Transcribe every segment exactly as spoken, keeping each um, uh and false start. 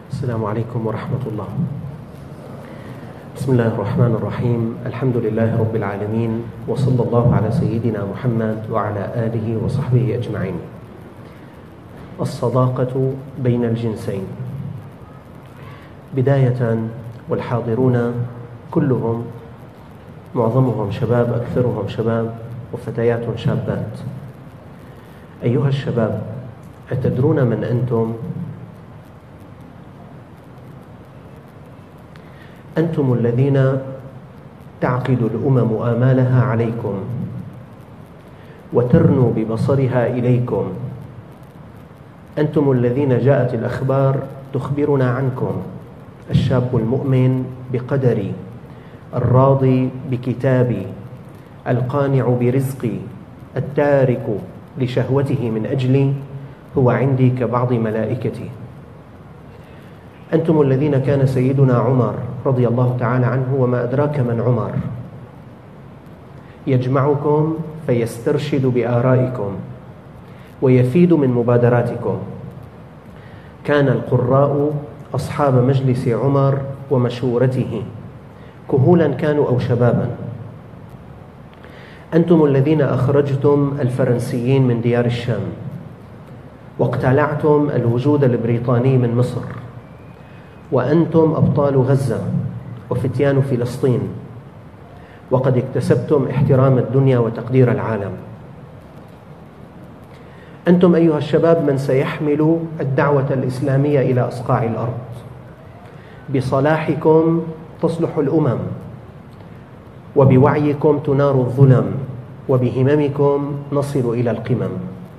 السلام عليكم ورحمة الله. بسم الله الرحمن الرحيم. الحمد لله رب العالمين، وصلى الله على سيدنا محمد وعلى آله وصحبه أجمعين. الصداقة بين الجنسين. بداية، والحاضرون كلهم معظمهم شباب، أكثرهم شباب وفتيات شابات. أيها الشباب، أتدرون من أنتم؟ أنتم الذين تعقد الأمم آمالها عليكم وترنو ببصرها إليكم. أنتم الذين جاءت الأخبار تخبرنا عنكم. الشاب المؤمن بقدري، الراضي بكتابي، القانع برزقي، التارك لشهوته من أجلي، هو عندي كبعض ملائكتي. أنتم الذين كان سيدنا عمر رضي الله تعالى عنه، وما أدراك من عمر، يجمعكم فيسترشد بآرائكم ويفيد من مبادراتكم. كان القراء أصحاب مجلس عمر ومشورته، كهولا كانوا أو شبابا. أنتم الذين أخرجتم الفرنسيين من ديار الشام واقتلعتم الوجود البريطاني من مصر، وأنتم أبطال غزة وفتيان فلسطين، وقد اكتسبتم احترام الدنيا وتقدير العالم. أنتم أيها الشباب من سيحمل الدعوة الإسلامية إلى أصقاع الأرض. بصلاحكم تصلح الأمم، وبوعيكم تنار الظلم، وبهممكم نصل إلى القمم.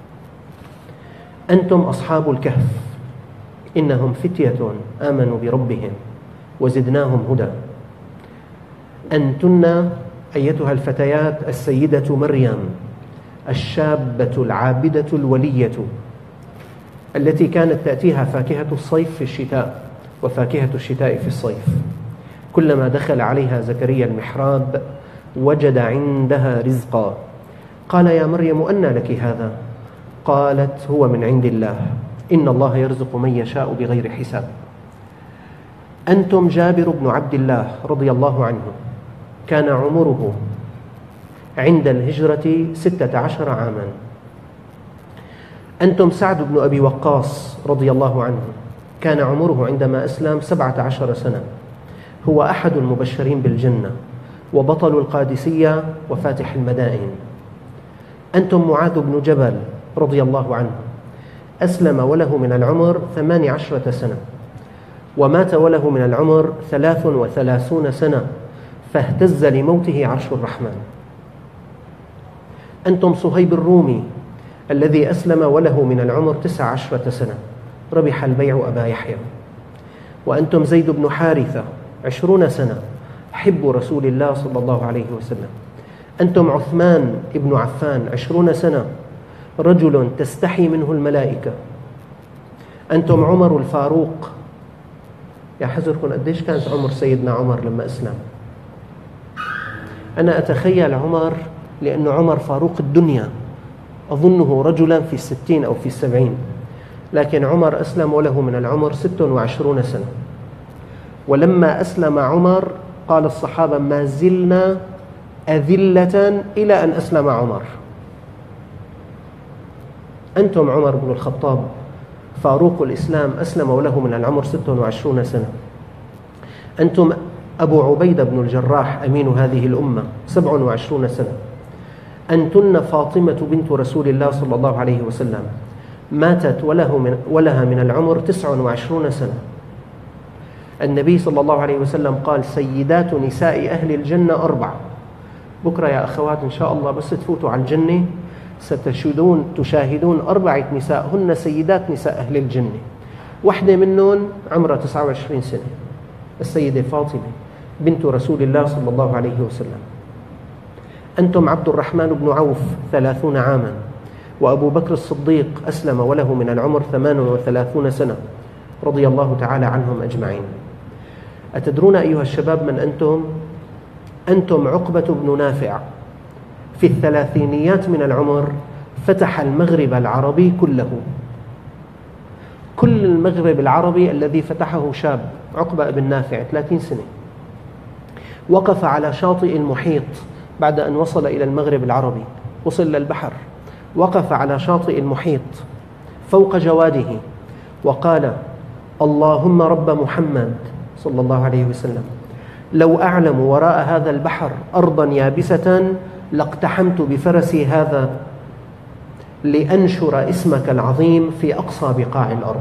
أنتم أصحاب الكهف، إنهم فتية آمنوا بربهم وزدناهم هدى. أنتن أيتها الفتيات السيدة مريم، الشابة العابدة الولية، التي كانت تأتيها فاكهة الصيف في الشتاء وفاكهة الشتاء في الصيف. كلما دخل عليها زكريا المحراب وجد عندها رزقا. قال: يا مريم أنى لك هذا؟ قالت: هو من عند الله، إن الله يرزق من يشاء بغير حساب. أنتم جابر بن عبد الله رضي الله عنه، كان عمره عند الهجرة ستة عشر عاما. أنتم سعد بن أبي وقاص رضي الله عنه، كان عمره عندما أسلم سبعة عشر سنة، هو أحد المبشرين بالجنة وبطل القادسية وفاتح المدائن. أنتم معاذ بن جبل رضي الله عنه، أسلم وله من العمر ثمان عشرة سنة، ومات وله من العمر ثلاث وثلاثون سنة، فاهتز لموته عرش الرحمن. أنتم صهيب الرومي الذي أسلم وله من العمر تسع عشرة سنة، ربح البيع أبا يحيى. وأنتم زيد بن حارثة عشرون سنة، حب رسول الله صلى الله عليه وسلم. أنتم عثمان بن عفان عشرون سنة، رجل تستحي منه الملائكة. أنتم عمر الفاروق. يا حزركم قديش كانت عمر سيدنا عمر لما أسلم؟ أنا أتخيل عمر، لأن عمر فاروق الدنيا، أظنه رجلا في الستين أو في السبعين، لكن عمر أسلم وله من العمر ست وعشرون سنة. ولما أسلم عمر قال الصحابة: ما زلنا أذلة إلى أن أسلم عمر. أنتم عمر بن الخطاب فاروق الإسلام، أسلم وله من العمر ست وعشرون سنة. أنتم أبو عبيدة بن الجراح أمين هذه الأمة، سبع وعشرون سنة. أنتن فاطمة بنت رسول الله صلى الله عليه وسلم، ماتت وله من ولها من العمر تسع وعشرون سنة. النبي صلى الله عليه وسلم قال: سيدات نساء أهل الجنة أربع. بكرة يا أخوات إن شاء الله بس تفوتوا على الجنة ستشهدون تشاهدون أربعة نساء هن سيدات نساء أهل الجنة. واحدة منهم عمرها تسعة وعشرين سنة، السيدة فاطمة بنت رسول الله صلى الله عليه وسلم. أنتم عبد الرحمن بن عوف ثلاثون عاما، وأبو بكر الصديق أسلم وله من العمر ثمان وثلاثون سنة، رضي الله تعالى عنهم أجمعين. أتدرون أيها الشباب من أنتم؟ أنتم عقبة بن نافع، في الثلاثينيات من العمر فتح المغرب العربي كله. كل المغرب العربي الذي فتحه شاب عقبة بن نافع ثلاثين سنة، وقف على شاطئ المحيط بعد أن وصل إلى المغرب العربي، وصل للبحر، وقف على شاطئ المحيط فوق جواده وقال: اللهم رب محمد صلى الله عليه وسلم، لو أعلم وراء هذا البحر أرضا يابسة لاقتحمت بفرسي هذا لأنشر اسمك العظيم في أقصى بقاع الأرض.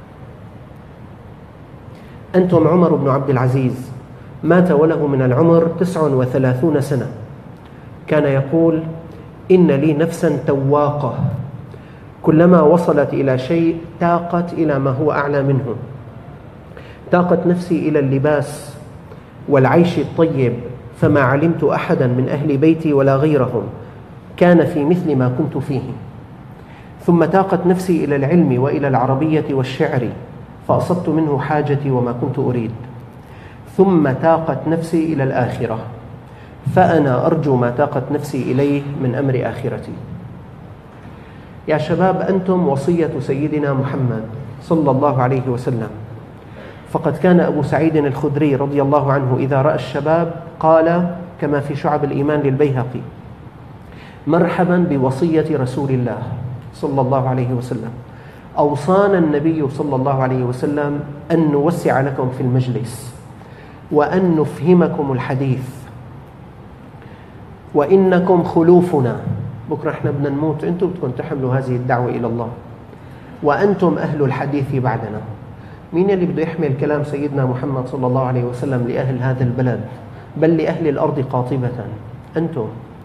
أنتم عمر بن عبد العزيز مات وله من العمر تسع وثلاثون سنة، كان يقول: إن لي نفسا تواقة، كلما وصلت إلى شيء تاقت إلى ما هو أعلى منه، تاقت نفسي إلى اللباس والعيش الطيب، فما علمت أحدا من أهل بيتي ولا غيرهم كان في مثل ما كنت فيه. ثم تاقت نفسي إلى العلم وإلى العربية والشعر، فأصبت منه حاجتي وما كنت أريد. ثم تاقت نفسي إلى الآخرة، فأنا أرجو ما تاقت نفسي إليه من أمر آخرتي. يا شباب، أنتم وصية سيدنا محمد صلى الله عليه وسلم، فقد كان أبو سعيد الخدري رضي الله عنه إذا رأى الشباب قال كما في شعب الإيمان للبيهقي: مرحبا بوصية رسول الله صلى الله عليه وسلم، أوصانا النبي صلى الله عليه وسلم أن نوسع لكم في المجلس وأن نفهمكم الحديث، وإنكم خلوفنا، بكرة احنا بدنا نموت، أنتم بدكم تحملوا هذه الدعوة إلى الله، وأنتم أهل الحديث بعدنا. مين اللي بده يحمل كلام سيدنا محمد صلى الله عليه وسلم لأهل هذا البلد بل لأهل الأرض قاطبة؟ أنتم.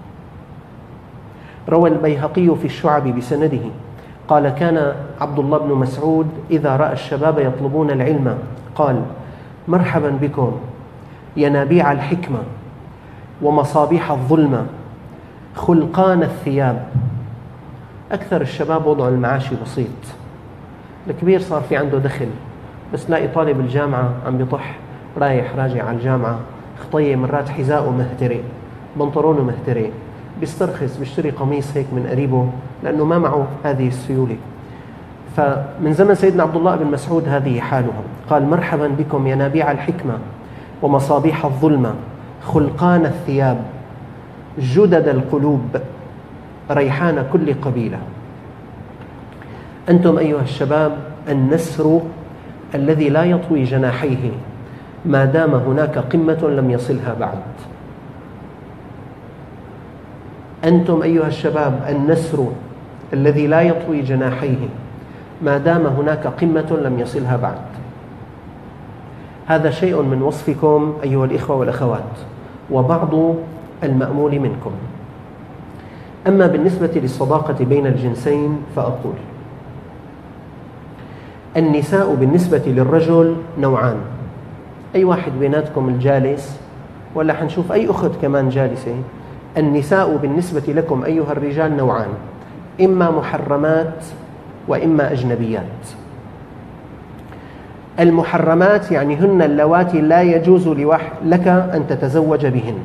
روى البيهقي في الشعب بسنده قال: كان عبد الله بن مسعود إذا رأى الشباب يطلبون العلم قال: مرحبا بكم ينابيع الحكمة ومصابيح الظلمة خلقان الثياب. أكثر الشباب وضع المعاشي بسيط، الكبير صار في عنده دخل، بس لاقي طالب الجامعة عم بيطح رايح راجع على الجامعة، خطية مرات حذاءه مهترئ، بنطلونه مهترئ، بيسترخص بيشتري قميص هيك من قريبه لأنه ما معه هذه السيولة. فمن زمن سيدنا عبد الله بن مسعود هذه حالهم. قال: مرحبا بكم ينابيع الحكمة ومصابيح الظلمة خلقان الثياب جدد القلوب ريحان كل قبيلة. أنتم أيها الشباب النسر الذي لا يطوي جناحيه ما دام هناك قمة لم يصلها بعد. أنتم أيها الشباب النسر الذي لا يطوي جناحيه ما دام هناك قمة لم يصلها بعد. هذا شيء من وصفكم أيها الإخوة والأخوات، وبعض المأمول منكم. أما بالنسبة للصداقة بين الجنسين فأقول: النساء بالنسبة للرجل نوعان. أي واحد بيناتكم الجالس، ولا حنشوف أي أخت كمان جالسة، النساء بالنسبة لكم أيها الرجال نوعان: إما محرمات وإما أجنبيات. المحرمات يعني هن اللواتي لا يجوز لك أن تتزوج بهن.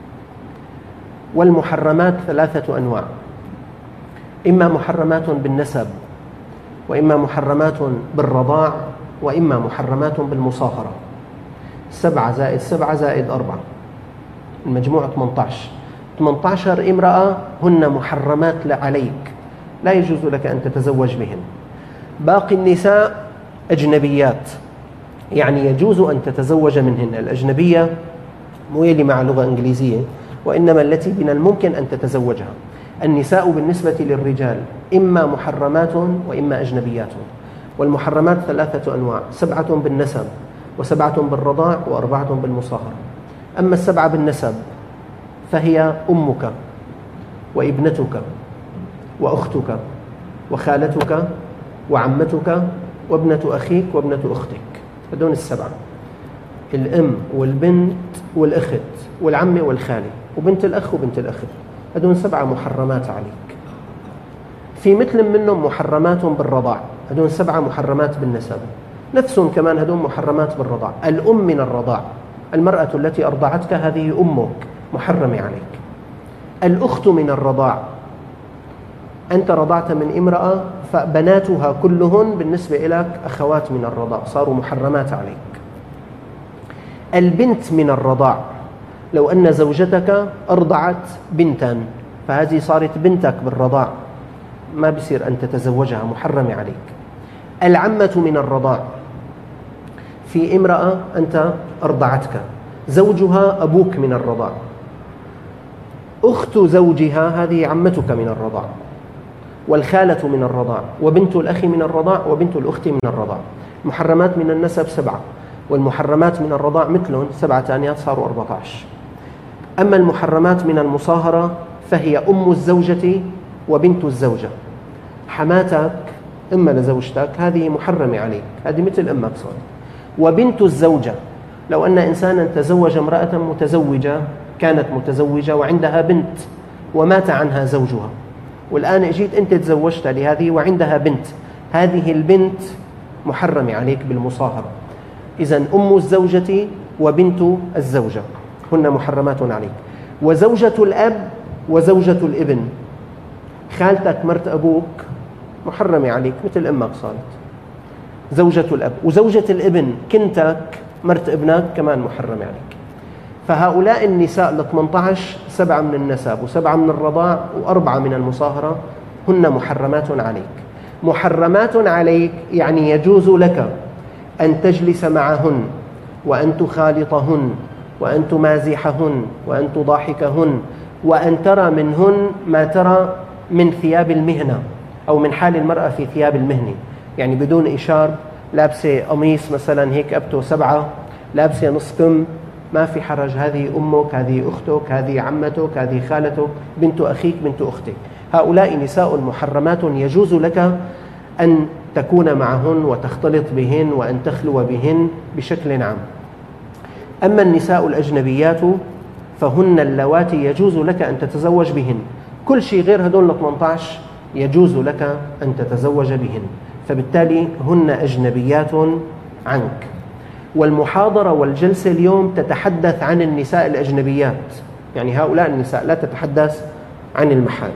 والمحرمات ثلاثة أنواع: إما محرمات بالنسب، وإما محرمات بالرضاع، وإما محرمات بالمصاهرة. سبعة زائد سبعة زائد أربعة، المجموع ثمانية عشر. ثمانية عشر امرأة هن محرمات عليك، لا يجوز لك أن تتزوج بهن. باقي النساء أجنبيات، يعني يجوز أن تتزوج منهن. الأجنبية مو يلي مع لغة إنجليزية، وإنما التي من الممكن أن تتزوجها. النساء بالنسبة للرجال إما محرمات وإما أجنبيات. والمحرمات ثلاثة أنواع: سبعة بالنسب، وسبعة بالرضاع، وأربعة بالمصاهرة. أما السبعة بالنسب فهي أمك وابنتك وأختك وخالتك وعمتك وابنة أخيك وابنة أختك. هذول السبعة: الأم والبنت والأخت والعمة والخالة وبنت الأخ وبنت الأخ. هذول سبعة محرمات عليك. في مثل منهم محرمات بالرضاع، هذول سبعة محرمات بالنسب. نفسهم كمان هذول محرمات بالرضاع. الأم من الرضاع، المرأة التي أرضعتك هذه أمك محرمة عليك. الأخت من الرضاع، أنت رضعت من امرأة فبناتها كلهن بالنسبة لك أخوات من الرضاع، صاروا محرمات عليك. البنت من الرضاع، لو أن زوجتك أرضعت بنتا فهذه صارت بنتك بالرضاع، ما بصير أن تتزوجها، محرمة عليك. العمة من الرضاع، في امرأة أنت أرضعتك، زوجها أبوك من الرضاع، أخت زوجها هذه عمتك من الرضاع، والخالة من الرضاع، وبنت الأخ من الرضاع، وبنت الأخت من الرضاع. محرمات من النسب سبعة، والمحرمات من الرضاع مثلهم سبعة ثانيات صاروا أربعة عشر. أما المحرمات من المصاهرة فهي أم الزوجة وبنت الزوجة. حماتك إما لزوجتك هذه محرمة عليك، هذه مثل أمك صارت. وبنت الزوجة، لو أن إنسانا تزوج امرأة متزوجة، كانت متزوجة وعندها بنت ومات عنها زوجها، والآن اجيت أنت تزوجت لهذه وعندها بنت، هذه البنت محرمة عليك بالمصاهرة. إذن أم الزوجة وبنت الزوجة هن محرمات عليك. وزوجة الأب وزوجة الابن، خالتك مرت أبوك محرمة عليك مثل أمك صارت، زوجة الأب. وزوجة الابن كنتك مرت ابنك كمان محرمة عليك. فهؤلاء النساء ال ثمانية عشر، سبعة من النسب وسبعة من الرضاع وأربعة من المصاهرة، هن محرمات عليك. محرمات عليك يعني يجوز لك أن تجلس معهن وأن تخالطهن وأن تمازحهن وأن تضاحكهن وأن ترى منهن ما ترى من ثياب المهنة أو من حال المرأة في ثياب المهنة، يعني بدون إشارب، لابسة قميص مثلا هيك أبته سبعة، لابسة نص كم، ما في حرج، هذه أمك، هذه أختك، هذه عمتك، هذه خالتك، بنت أخيك، بنت أختك. هؤلاء نساء محرمات يجوز لك أن تكون معهن وتختلط بهن وأن تخلو بهن بشكل عام. أما النساء الأجنبيات فهن اللواتي يجوز لك أن تتزوج بهن، كل شيء غير هدول ثمانية عشر يجوز لك أن تتزوج بهن، فبالتالي هن أجنبيات عنك. والمحاضرة والجلسة اليوم تتحدث عن النساء الأجنبيات، يعني هؤلاء النساء، لا تتحدث عن المحارم.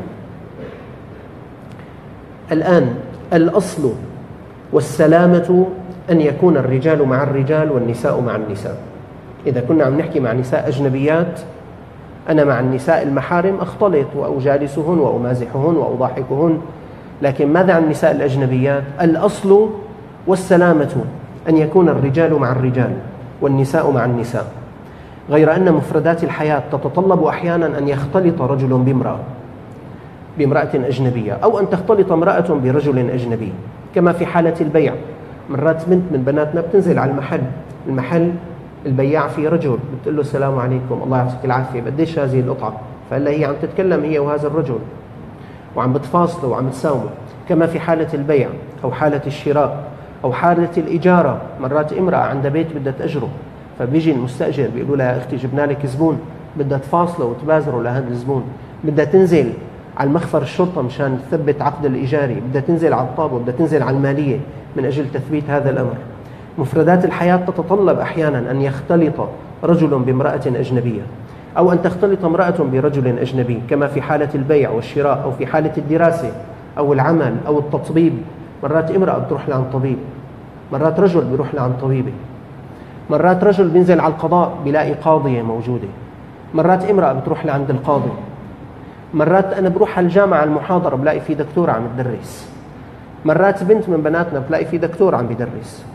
الآن الأصل والسلامة أن يكون الرجال مع الرجال والنساء مع النساء. إذا كنا عم نحكي مع نساء أجنبيات، أنا مع النساء المحارم أختلط وأجالسهن وأمازحهن وأضاحكهن، لكن ماذا عن النساء الأجنبيات؟ الأصل والسلامة أن يكون الرجال مع الرجال والنساء مع النساء، غير أن مفردات الحياة تتطلب أحيانا أن يختلط رجل بامرأة بامرأة أجنبية، أو أن تختلط امرأة برجل أجنبي، كما في حالة البيع. مرات بنت من بناتنا بتنزل على المحل، المحل البياع في رجل، بتقول له السلام عليكم، الله يعطيك العافية، بديش هذه القطعة؟ فإلا هي عم تتكلم هي وهذا الرجل وعم بتفاصله وعم تساومه. كما في حالة البيع أو حالة الشراء أو حالة الإجارة، مرات امرأة عندها بيت بدها تأجره، فبيجي المستأجر بيقولوا لها يا أختي جبنا لك زبون، بدها تفاصله وتبازره لهذا الزبون، بدها تنزل على المخفر الشرطة مشان تثبت عقد الإيجاري، بدها تنزل على الطابة، بدها تنزل على المالية من أجل تثبيت هذا الأمر. مفردات الحياة تتطلب أحيانا أن يختلط رجل بامرأة أجنبية، أو أن تختلط امرأة برجل أجنبي، كما في حالة البيع والشراء، أو في حالة الدراسة أو العمل أو التطبيب. مرات امرأة بتروح لعند طبيب، مرات رجل بيروح لعند طبيبة، مرات رجل بينزل على القضاء بيلاقي قاضية موجودة، مرات امرأة بتروح لعند القاضي، مرات أنا بروح على الجامعة المحاضرة بلاقي في دكتور عم يدرس، مرات بنت من بناتنا بتلاقي في دكتور عم يدرس.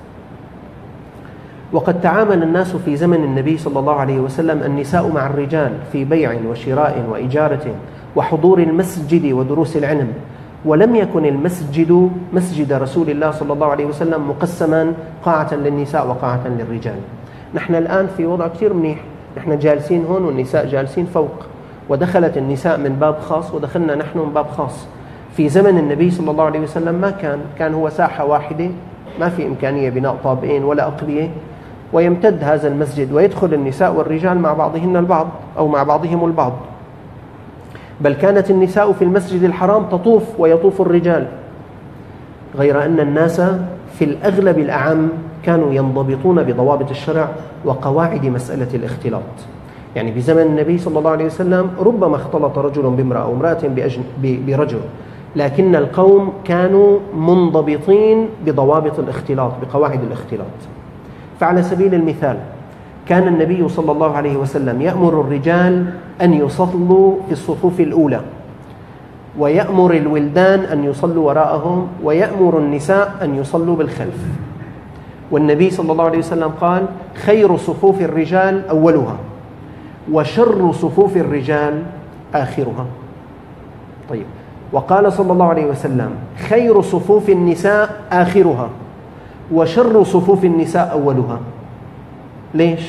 وقد تعامل الناس في زمن النبي صلى الله عليه وسلم النساء مع الرجال في بيع وشراء وإجارة وحضور المسجد ودروس العلم، ولم يكن المسجد مسجد رسول الله صلى الله عليه وسلم مقسما قاعة للنساء وقاعة للرجال. نحن الآن في وضع كثير منيح، نحن جالسين هون والنساء جالسين فوق، ودخلت النساء من باب خاص ودخلنا نحن من باب خاص. في زمن النبي صلى الله عليه وسلم ما كان، كان هو ساحة واحدة، ما في إمكانية بناء طابقين ولا أقبية، ويمتد هذا المسجد ويدخل النساء والرجال مع بعضهن البعض أو مع بعضهم البعض. بل كانت النساء في المسجد الحرام تطوف ويطوف الرجال، غير أن الناس في الأغلب الأعم كانوا ينضبطون بضوابط الشرع وقواعد مسألة الاختلاط. يعني بزمن النبي صلى الله عليه وسلم ربما اختلط رجل بامرأة أو امرأة برجل، لكن القوم كانوا منضبطين بضوابط الاختلاط، بقواعد الاختلاط. فعلى سبيل المثال كان النبي صلى الله عليه وسلم يأمر الرجال أن يصلوا في الصفوف الأولى، ويأمر الولدان أن يصلوا وراءهم، ويأمر النساء أن يصلوا بالخلف. والنبي صلى الله عليه وسلم قال: خير صفوف الرجال أولها، وشر صفوف الرجال آخرها. طيب، وقال صلى الله عليه وسلم: خير صفوف النساء آخرها، وشر صفوف النساء أولها. ليش؟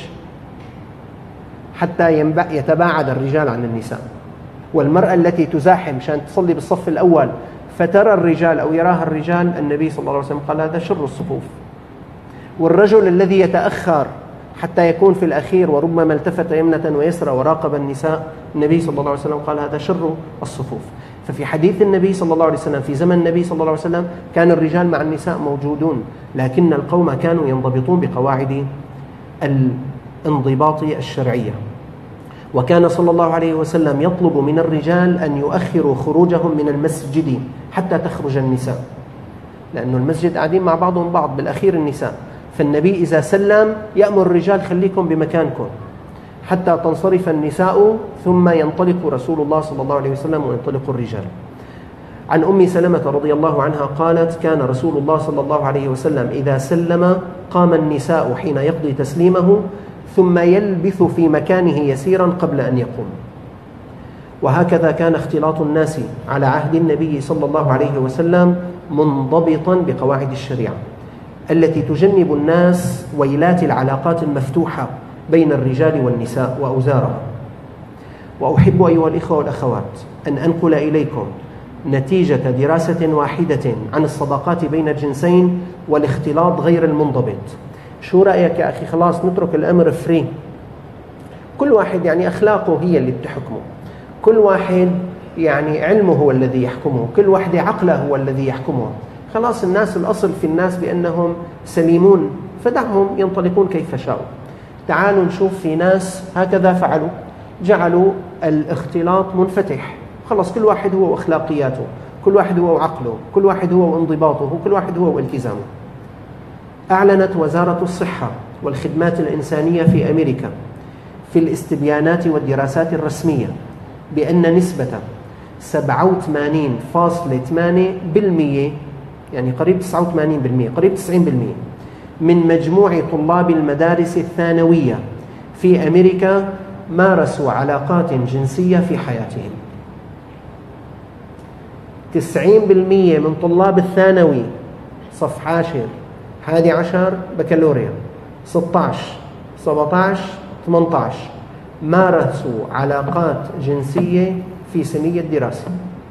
حتى يتباعد الرجال عن النساء. والمرأة التي تزاحم مشان تصلي بالصف الأول فترى الرجال أو يراها الرجال، النبي صلى الله عليه وسلم قال: هذا شر الصفوف. والرجل الذي يتأخر حتى يكون في الأخير وربما التفت يمنة ويسرى وراقب النساء، النبي صلى الله عليه وسلم قال: هذا شر الصفوف. ففي حديث النبي صلى الله عليه وسلم في زمن النبي صلى الله عليه وسلم كان الرجال مع النساء موجودون، لكن القوم كانوا ينضبطون بقواعد الانضباط الشرعية. وكان صلى الله عليه وسلم يطلب من الرجال أن يؤخروا خروجهم من المسجد حتى تخرج النساء، لأن المسجد قاعدين مع بعضهم بعض، بالأخير النساء. فالنبي إذا سلم يأمر الرجال: خليكم بمكانكم حتى تنصرف النساء، ثم ينطلق رسول الله صلى الله عليه وسلم وينطلق الرجال. عن أم سلمة رضي الله عنها قالت: كان رسول الله صلى الله عليه وسلم إذا سلم قام النساء حين يقضي تسليمه، ثم يلبث في مكانه يسيرا قبل أن يقوم. وهكذا كان اختلاط الناس على عهد النبي صلى الله عليه وسلم منضبطا بقواعد الشريعة التي تجنب الناس ويلات العلاقات المفتوحة بين الرجال والنساء وأوزارها. وأحب أيها الإخوة والأخوات أن أنقل إليكم نتيجة دراسة واحدة عن الصداقات بين الجنسين والاختلاط غير المنضبط. شو رأيك يا أخي؟ خلاص نترك الأمر فري، كل واحد يعني أخلاقه هي اللي بتحكمه، كل واحد يعني علمه هو الذي يحكمه، كل واحد عقله هو الذي يحكمه. خلاص الناس الأصل في الناس بأنهم سليمون، فدعهم ينطلقون كيف شاءوا. تعالوا نشوف في ناس هكذا فعلوا، جعلوا الاختلاط منفتح، خلاص كل واحد هو وأخلاقياته، كل واحد هو وعقله، كل واحد هو وانضباطه، كل واحد هو والتزامه. أعلنت وزارة الصحة والخدمات الإنسانية في أمريكا في الاستبيانات والدراسات الرسمية بأن نسبة سبعة وثمانين فاصلة ثمانية بالمئة، يعني قريب تسعة وثمانين بالمئة، قريب تسعين بالمئة من مجموع طلاب المدارس الثانوية في أمريكا مارسوا علاقات جنسية في حياتهم. تسعين بالمئة من طلاب الثانوي، صف عاشر، حادي عشر، بكالوريا، ستة عشر، سبعة عشر، ثمانية عشر، مارسوا علاقات جنسية في سنية دراسة.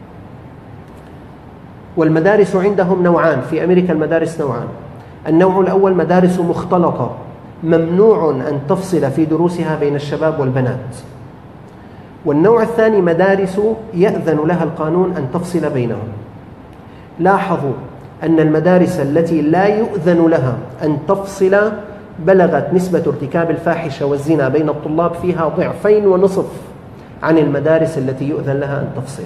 والمدارس عندهم نوعان في أمريكا، المدارس نوعان. النوع الأول مدارس مختلطة ممنوع أن تفصل في دروسها بين الشباب والبنات. والنوع الثاني مدارس يأذن لها القانون أن تفصل بينهم. لاحظوا أن المدارس التي لا يؤذن لها أن تفصل بلغت نسبة ارتكاب الفاحشة والزنا بين الطلاب فيها ضعفين ونصف عن المدارس التي يؤذن لها أن تفصل.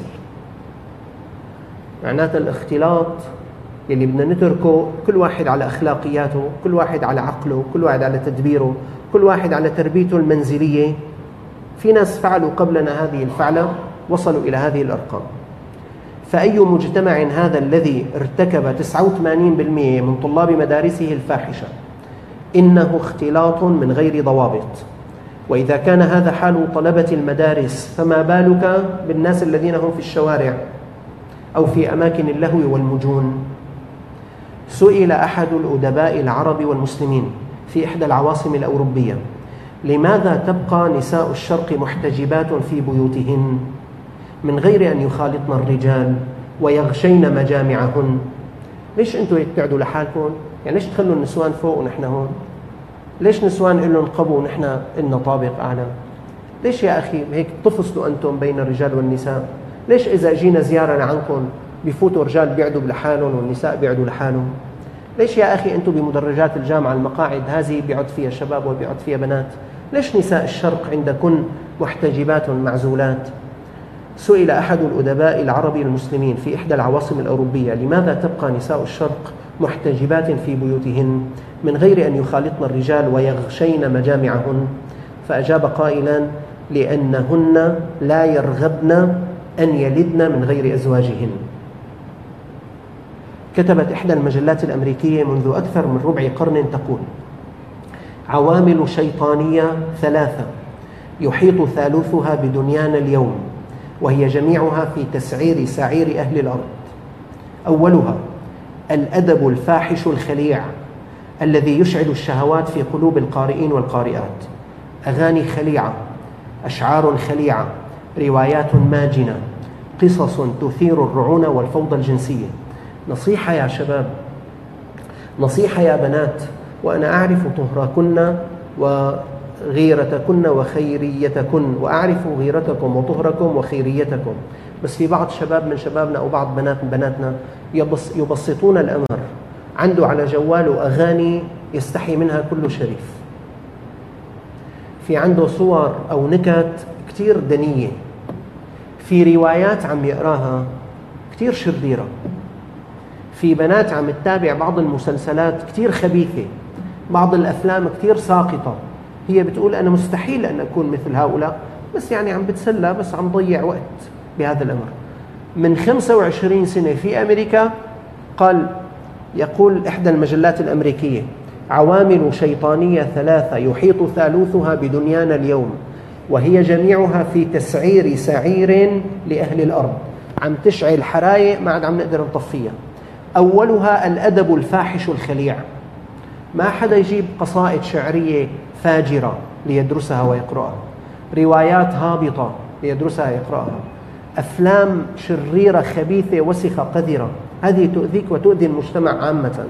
معناته الاختلاط اللي بدنا نتركه كل واحد على أخلاقياته، كل واحد على عقله، كل واحد على تدبيره، كل واحد على تربيته المنزلية. في ناس فعلوا قبلنا هذه الفعلة وصلوا إلى هذه الأرقام. فأي مجتمع هذا الذي ارتكب تسعة وثمانين بالمئة من طلاب مدارسه الفاحشة؟ إنه اختلاط من غير ضوابط. وإذا كان هذا حال طلبة المدارس فما بالك بالناس الذين هم في الشوارع أو في أماكن اللهو والمجون. سئل أحد الأدباء العرب والمسلمين في إحدى العواصم الأوروبية: لماذا تبقى نساء الشرق محتجبات في بيوتهن من غير أن يخالطن الرجال ويغشين مجامعهن؟ ليش أنتوا هيك تقعدوا لحالكم؟ يعني ليش تخلوا النسوان فوق ونحن هون؟ ليش نسوان لهم قبو ونحن لنا طابق أعلى؟ ليش يا أخي هيك تفصلوا أنتم بين الرجال والنساء؟ ليش إذا جينا زيارة لعنكم بفوتوا رجال بيقعدوا لحالهم والنساء بيقعدوا لحالهم؟ ليش يا أخي أنتم بمدرجات الجامعة المقاعد هذه بيقعد فيها شباب وبيقعد فيها بنات؟ ليش نساء الشرق عندكن محتجبات معزولات؟ سئل أحد الأدباء العرب المسلمين في إحدى العواصم الأوروبية: لماذا تبقى نساء الشرق محتجبات في بيوتهن من غير أن يخالطن الرجال ويغشين مجامعهن؟ فأجاب قائلا: لأنهن لا يرغبن أن يلدن من غير أزواجهن. كتبت إحدى المجلات الأمريكية منذ أكثر من ربع قرن تقول: عوامل شيطانية ثلاثة يحيط ثالثها بدنيانا اليوم، وهي جميعها في تسعير سعير أهل الأرض. أولها الأدب الفاحش الخليع الذي يشعل الشهوات في قلوب القارئين والقارئات. أغاني خليعة، أشعار خليعة، روايات ماجنة، قصص تثير الرعونة والفوضى الجنسية. نصيحة يا شباب، نصيحة يا بنات، وأنا أعرف طهركن وغيرتكن وخيريتكن، وأعرف غيرتكم وطهركم وخيريتكم، بس في بعض شباب من شبابنا أو بعض بنات من بناتنا يبسطون الأمر، عنده على جواله أغاني يستحي منها كل شريف، في عنده صور أو نكت كتير دنية، في روايات عم يقراها كتير شريرة، في بنات عم تتابع بعض المسلسلات كتير خبيثة، بعض الأفلام كتير ساقطة. هي بتقول أنا مستحيل أن أكون مثل هؤلاء، بس يعني عم بتسلى، بس عم ضيع وقت بهذا الأمر. من خمسة وعشرين سنة في أمريكا قال يقول إحدى المجلات الأمريكية: عوامل شيطانية ثلاثة يحيط ثالثها بدنيانا اليوم، وهي جميعها في تسعير سعير لأهل الأرض. عم تشعل حرايق ما عاد عم نقدر نطفيها. أولها الأدب الفاحش الخليع، ما حدا يجيب قصائد شعرية فاجرة ليدرسها ويقرأها، روايات هابطة ليدرسها ويقرأها، أفلام شريرة خبيثة وسخة قذرة، هذه تؤذيك وتؤذي المجتمع عامة.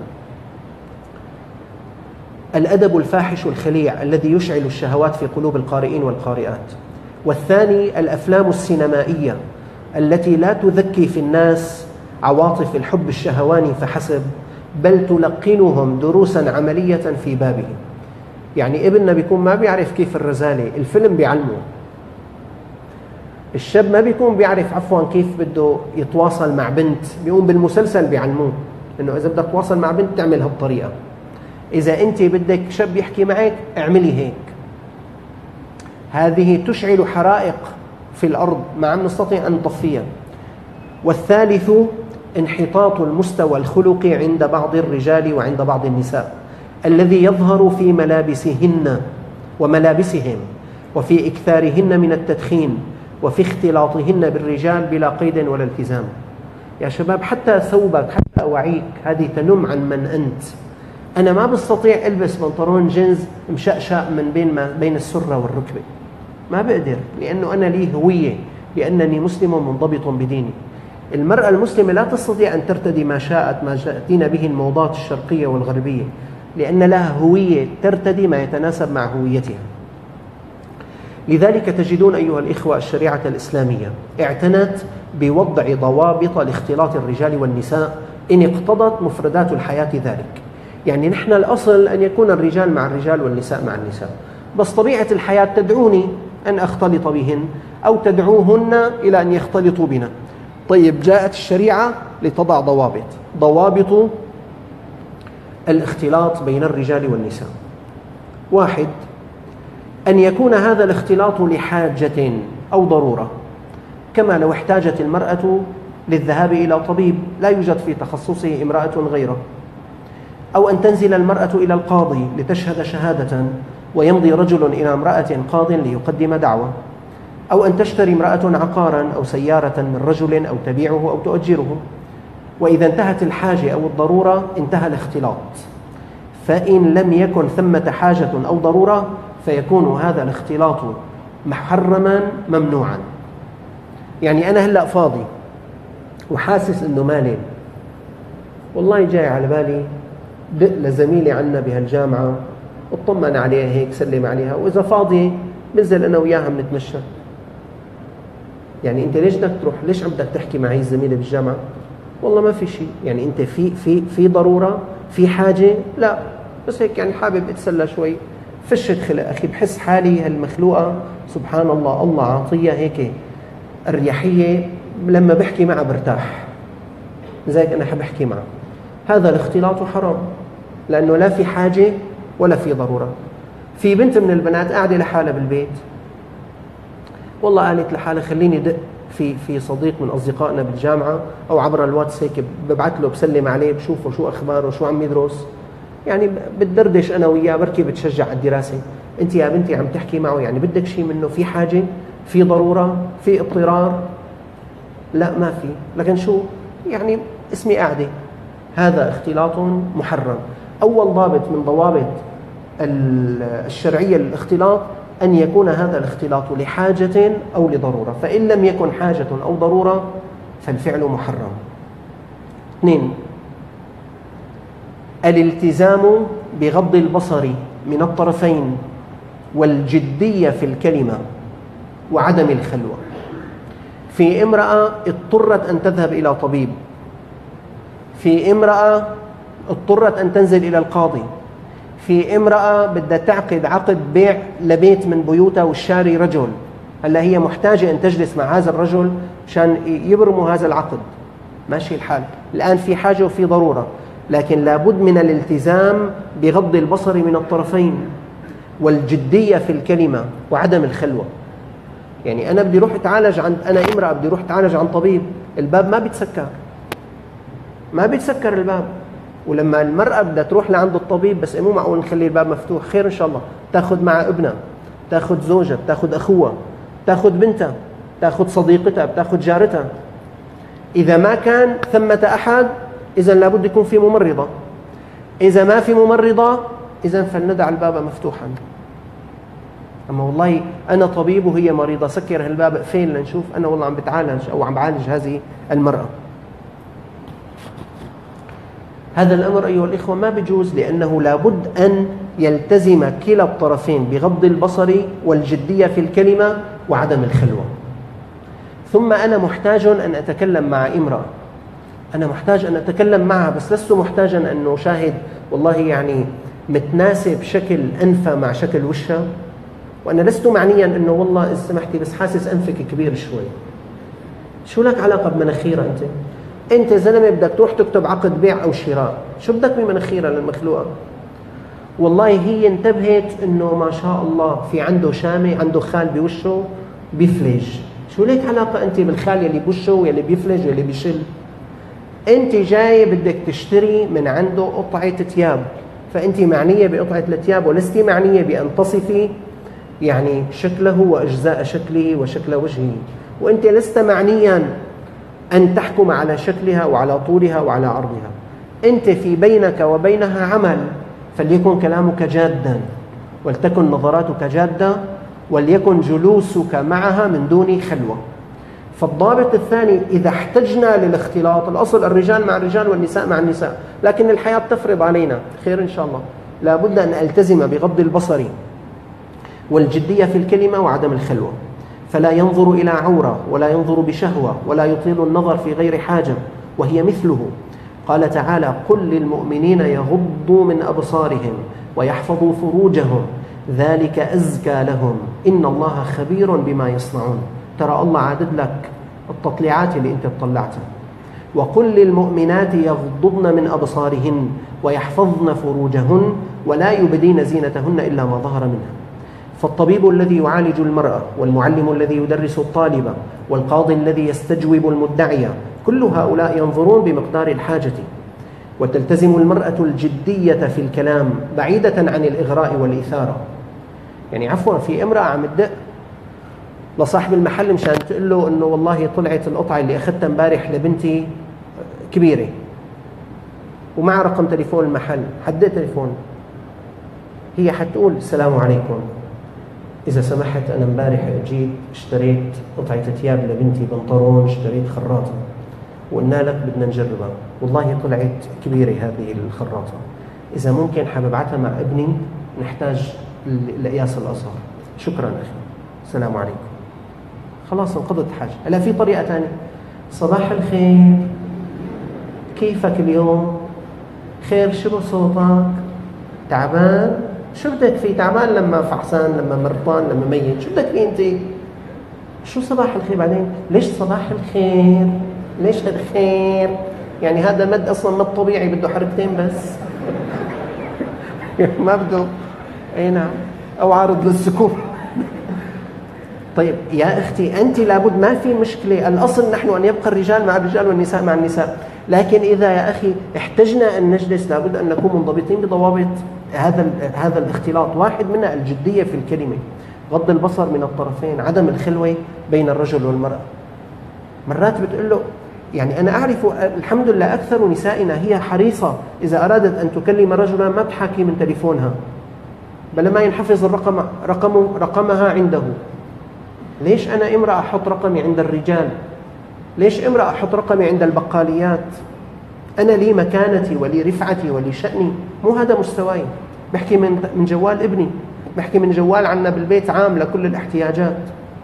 الأدب الفاحش الخليع الذي يشعل الشهوات في قلوب القارئين والقارئات. والثاني الأفلام السينمائية التي لا تذكي في الناس عواطف الحب الشهواني فحسب، بل تلقنهم دروسا عملية في بابه. يعني ابننا بيكون ما بيعرف كيف الرزالة، الفيلم بيعلمه. الشاب ما بيكون بيعرف عفوا كيف بده يتواصل مع بنت، بيقوم بالمسلسل بيعلموه إنه إذا بدك تتواصل مع بنت تعمل هالطريقة، إذا أنت بدك شاب يحكي معك اعملي هيك. هذه تشعل حرائق في الأرض ما عم نستطيع أن نطفيها. والثالث انحطاط المستوى الخلقي عند بعض الرجال وعند بعض النساء، الذي يظهر في ملابسهن وملابسهم، وفي إكثارهن من التدخين، وفي اختلاطهن بالرجال بلا قيد ولا التزام. يا شباب حتى ثوبك، حتى أوعيك، هذه تنم عن من أنت. أنا ما بستطيع ألبس بنطلون جينز مشأشأ من بين ما بين السرة والركبة، ما بقدر، لأنه أنا لي هوية، لأنني مسلم منضبط بديني. المرأة المسلمة لا تستطيع أن ترتدي ما شاءت، ما تأتينا به الموضات الشرقية والغربية، لأن لها هوية، ترتدي ما يتناسب مع هويتها. لذلك تجدون أيها الإخوة الشريعة الإسلامية اعتنت بوضع ضوابط لاختلاط الرجال والنساء إن اقتضت مفردات الحياة ذلك. يعني نحن الأصل أن يكون الرجال مع الرجال والنساء مع النساء، بس طبيعة الحياة تدعوني أن أختلط بهن أو تدعوهن إلى أن يختلطوا بنا. طيب، جاءت الشريعة لتضع ضوابط، ضوابط الاختلاط بين الرجال والنساء. واحد، أن يكون هذا الاختلاط لحاجة أو ضرورة، كما لو احتاجت المرأة للذهاب إلى طبيب لا يوجد في تخصصه امرأة غيره، أو أن تنزل المرأة إلى القاضي لتشهد شهادة ويمضي رجل إلى امرأة قاض ليقدم دعوة، أو أن تشتري امرأة عقارا أو سيارة من رجل أو تبيعه أو تؤجره. وإذا انتهت الحاجة أو الضرورة انتهى الاختلاط. فإن لم يكن ثمة حاجة أو ضرورة فيكون هذا الاختلاط محرما ممنوعا. يعني أنا هلأ فاضي وحاسس أنه مالي، والله جاي على بالي دق لزميلي عنا بهالجامعة اطمن عليها هيك، سلم عليها، وإذا فاضي ننزل أنا وياها بنتمشى. يعني أنت ليش بدك تروح؟ ليش عم بدك تحكي مع هي الزميلة بالجامعة؟ والله ما في شيء. يعني أنت في في في ضرورة، في حاجة؟ لا، بس هيك يعني حابب أتسلى شوي. فشت خلق أخي، بحس حالي هالمخلوقة سبحان الله، الله عطية هيك الأريحية لما بحكي معه برتاح، زي أنا حب أحكي معه. هذا الاختلاط حرام، لأنه لا في حاجة ولا في ضرورة. في بنت من البنات قاعدة لحالها بالبيت، والله قالت لحالها خليني دق في في صديق من أصدقائنا بالجامعة أو عبر الواتس، هيك ببعث له بسلم عليه بشوفه شو أخباره شو عم يدرس، يعني بتدردش أنا وياه، بركي بتشجع على الدراسة. أنت يا بنتي عم تحكي معه يعني بدك شيء منه، في حاجة، في ضرورة، في اضطرار؟ لا ما في. لكن شو يعني اسمي قاعدة، هذا اختلاط محرم. أول ضابط من ضوابط الشرعية للاختلاط أن يكون هذا الاختلاط لحاجة أو لضرورة، فإن لم يكن حاجة أو ضرورة فالفعل محرم. اثنين، الالتزام بغض البصر من الطرفين والجدية في الكلمة وعدم الخلوة. في امرأة اضطرت أن تذهب إلى طبيب، في امرأة اضطرت أن تنزل إلى القاضي، في امرأة بدها تعقد عقد بيع لبيت من بيوتها والشاري رجل، هلا هي محتاجة أن تجلس مع هذا الرجل مشان يبرموا هذا العقد، ماشي الحال. الآن في حاجة وفي ضرورة، لكن لابد من الالتزام بغض البصر من الطرفين والجدية في الكلمة وعدم الخلوة. يعني أنا بدي روح أتعالج عند أنا امرأة بدي روح أتعالج عند طبيب، الباب ما بيتسكر، ما بيتسكر الباب. ولما المرأة بدها تروح لعند الطبيب، بس مو معقول نخلي الباب مفتوح، خير إن شاء الله، تأخذ مع ابنها، تأخذ زوجها، تأخذ أخوها، تأخذ بنتها، تأخذ صديقتها، تأخذ جارتها. إذا ما كان ثمة أحد إذن لابد يكون في ممرضة، إذا ما في ممرضة إذن فلندع الباب مفتوحا. أما والله أنا طبيب وهي مريضة، سكر هالباب اقفل لنشوف، أنا والله عم بتعالج أو عم بعالج هذه المرأة. هذا الأمر أيها الإخوة ما بيجوز، لأنه لابد أن يلتزم كلا الطرفين بغض البصر والجدية في الكلمة وعدم الخلوة. ثم أنا محتاج أن أتكلم مع امرأة، أنا محتاج أن أتكلم معها، بس لست محتاجا أن أشاهد والله يعني متناسب شكل أنفها مع شكل وشها، وأنا لست معنيا أنه والله إذا سمحتي بس حاسس أنفك كبير شوي. شو لك علاقة بمناخيرها أنت؟ أنت زلمة بدك تروح تكتب عقد بيع أو شراء، شو بدك بمناخيرها للمخلوقة؟ والله هي انتبهت أنه ما شاء الله في عنده شامة، عنده خال بوشه بيفلج، شو لك علاقة أنت بالخال يلي بوشه ويلي بيفلج ويلي بيشل؟ أنت جاي بدك تشتري من عنده قطعة ثياب، فأنت معنية بقطعة الثياب ولست معنية بأن تصفي يعني شكله وأجزاء شكله وشكل وجهه، وأنت لست معنيا أن تحكم على شكلها وعلى طولها وعلى عرضها. أنت في بينك وبينها عمل، فليكن كلامك جادا، ولتكن نظراتك جادة، وليكن جلوسك معها من دون خلوة. فالضابط الثاني، إذا احتجنا للاختلاط، الأصل الرجال مع الرجال والنساء مع النساء، لكن الحياة تفرض علينا، خير إن شاء الله، لابد أن ألتزم بغض البصر والجدية في الكلمة وعدم الخلوة. فلا ينظر إلى عورة ولا ينظر بشهوة ولا يطيل النظر في غير حاجة وهي مثله. قال تعالى: قل للمؤمنين يغضوا من أبصارهم ويحفظوا فروجهم ذلك أزكى لهم إن الله خبير بما يصنعون. ترى الله عدد لك التطليعات اللي أنت اطلعتها. وقل للمؤمنات يغضضن من أبصارهن ويحفظن فروجهن ولا يبدين زينتهن إلا ما ظهر منها. فالطبيب الذي يعالج المرأة، والمعلم الذي يدرس الطالبة، والقاضي الذي يستجوب المدعية، كل هؤلاء ينظرون بمقدار الحاجة. وتلتزم المرأة الجدية في الكلام بعيدة عن الإغراء والإثارة. يعني عفوا، في امرأة عم تدق لصاحب المحل مشان تقول له إنه والله طلعت القطعة اللي أخذتها امبارح لبنتي كبيرة، ومع رقم تليفون المحل، حدد تليفون، هي حتقول: السلام عليكم، إذا سمحت أنا امبارح جيت اشتريت قطعة ثياب لبنتي، بنطلون، اشتريت خراطة، وقلنا لك بدنا نجربها، والله طلعت كبيرة هذه الخراطة، إذا ممكن حببعتها مع ابني، نحتاج القياس الأصغر، شكرا أخي، السلام عليكم. خلاص انقضت الحاجة. هلا في طريقة ثانية: صباح الخير، كيفك اليوم؟ خير، شو صوتك؟ تعبان؟ شو بدك فيه؟ تعبان لما فحصان، لما مرضان، لما ميت، شو بدك فيه انت؟ شو صباح الخير؟ بعدين ليش صباح الخير؟ ليش الخير؟ يعني هذا مد أصلا مد طبيعي بده حركتين بس ما بده. أي نعم، أو عارض للسكون. طيب يا أختي أنت لابد، ما في مشكلة، الأصل نحن أن يبقى الرجال مع الرجال والنساء مع النساء، لكن إذا يا أخي احتجنا أن نجلس لابد أن نكون منضبطين بضوابط هذا هذا الاختلاط. واحد منها الجدية في الكلمة، غض البصر من الطرفين، عدم الخلوة بين الرجل والمرأة. مرات بتقول له، يعني أنا أعرف الحمد لله أكثر نسائنا هي حريصة إذا أرادت أن تكلم رجلا ما تحكي من تليفونها، بل ما ينحفظ الرقم رقم رقمها عنده. ليش أنا امرأة أحط رقمي عند الرجال؟ ليش امرأة أحط رقمي عند البقاليات؟ أنا لي مكانتي ولي رفعتي ولي شأني، مو هذا مستواي. بحكي من من جوال ابني، بحكي من جوال عنا بالبيت عام لكل الاحتياجات.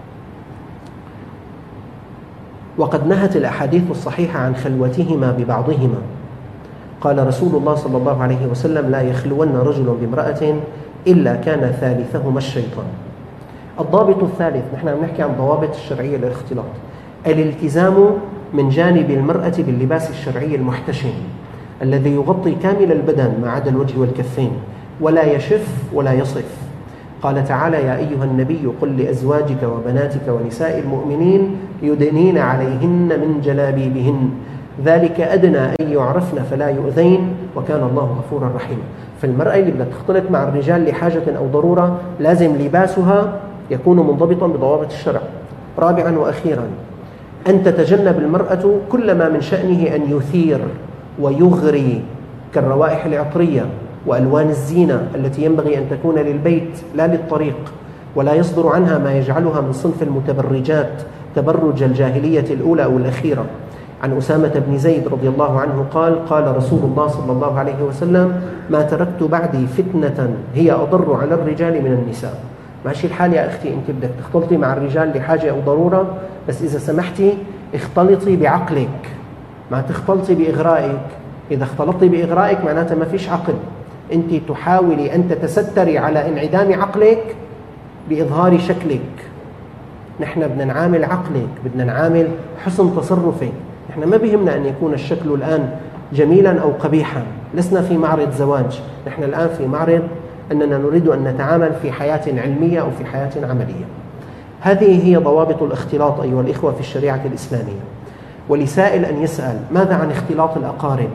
وقد نهت الأحاديث الصحيحة عن خلوتهما ببعضهما. قال رسول الله صلى الله عليه وسلم: لا يخلون رجل بامرأة إلا كان ثالثهما الشيطان. الضابط الثالث، نحن عم نحكي عن ضوابط الشرعية للاختلاط، الالتزام من جانب المرأة باللباس الشرعي المحتشم الذي يغطي كامل البدن ما عدا الوجه والكفين، ولا يشف ولا يصف. قال تعالى: يا أيها النبي قل لأزواجك وبناتك ونساء المؤمنين يدنين عليهن من جلابيبهن ذلك أدنى أن يعرفن فلا يؤذين وكان الله غفورا رحيما. فالمرأة اللي بدها تختلط مع الرجال لحاجة أو ضرورة لازم لباسها يكون منضبطا بضوابط الشرع. رابعا وأخيرا، أن تتجنب المرأة كل ما من شأنه أن يثير ويغري كالروائح العطرية وألوان الزينة التي ينبغي أن تكون للبيت لا للطريق، ولا يصدر عنها ما يجعلها من صنف المتبرجات تبرج الجاهلية الأولى أو الأخيرة. عن أسامة بن زيد رضي الله عنه قال: قال رسول الله صلى الله عليه وسلم: ما تركت بعدي فتنة هي أضر على الرجال من النساء. ماشي الحال يا أختي، أنت بدك تختلطي مع الرجال لحاجة أو ضرورة، بس إذا سمحتي اختلطي بعقلك، ما تختلطي بإغرائك. إذا اختلطتي بإغرائك معناتها ما فيش عقل. أنت تحاولي أن تتستري على انعدام عقلك بإظهار شكلك. نحن بدنا نعامل عقلك، بدنا نعامل حسن تصرفك. نحن ما بيهمنا أن يكون الشكل الآن جميلا أو قبيحا، لسنا في معرض زواج، نحن الآن في معرض أننا نريد أن نتعامل في حياة علمية أو في حياة عملية. هذه هي ضوابط الاختلاط أيها الإخوة في الشريعة الإسلامية. ولسائل أن يسأل: ماذا عن اختلاط الأقارب؟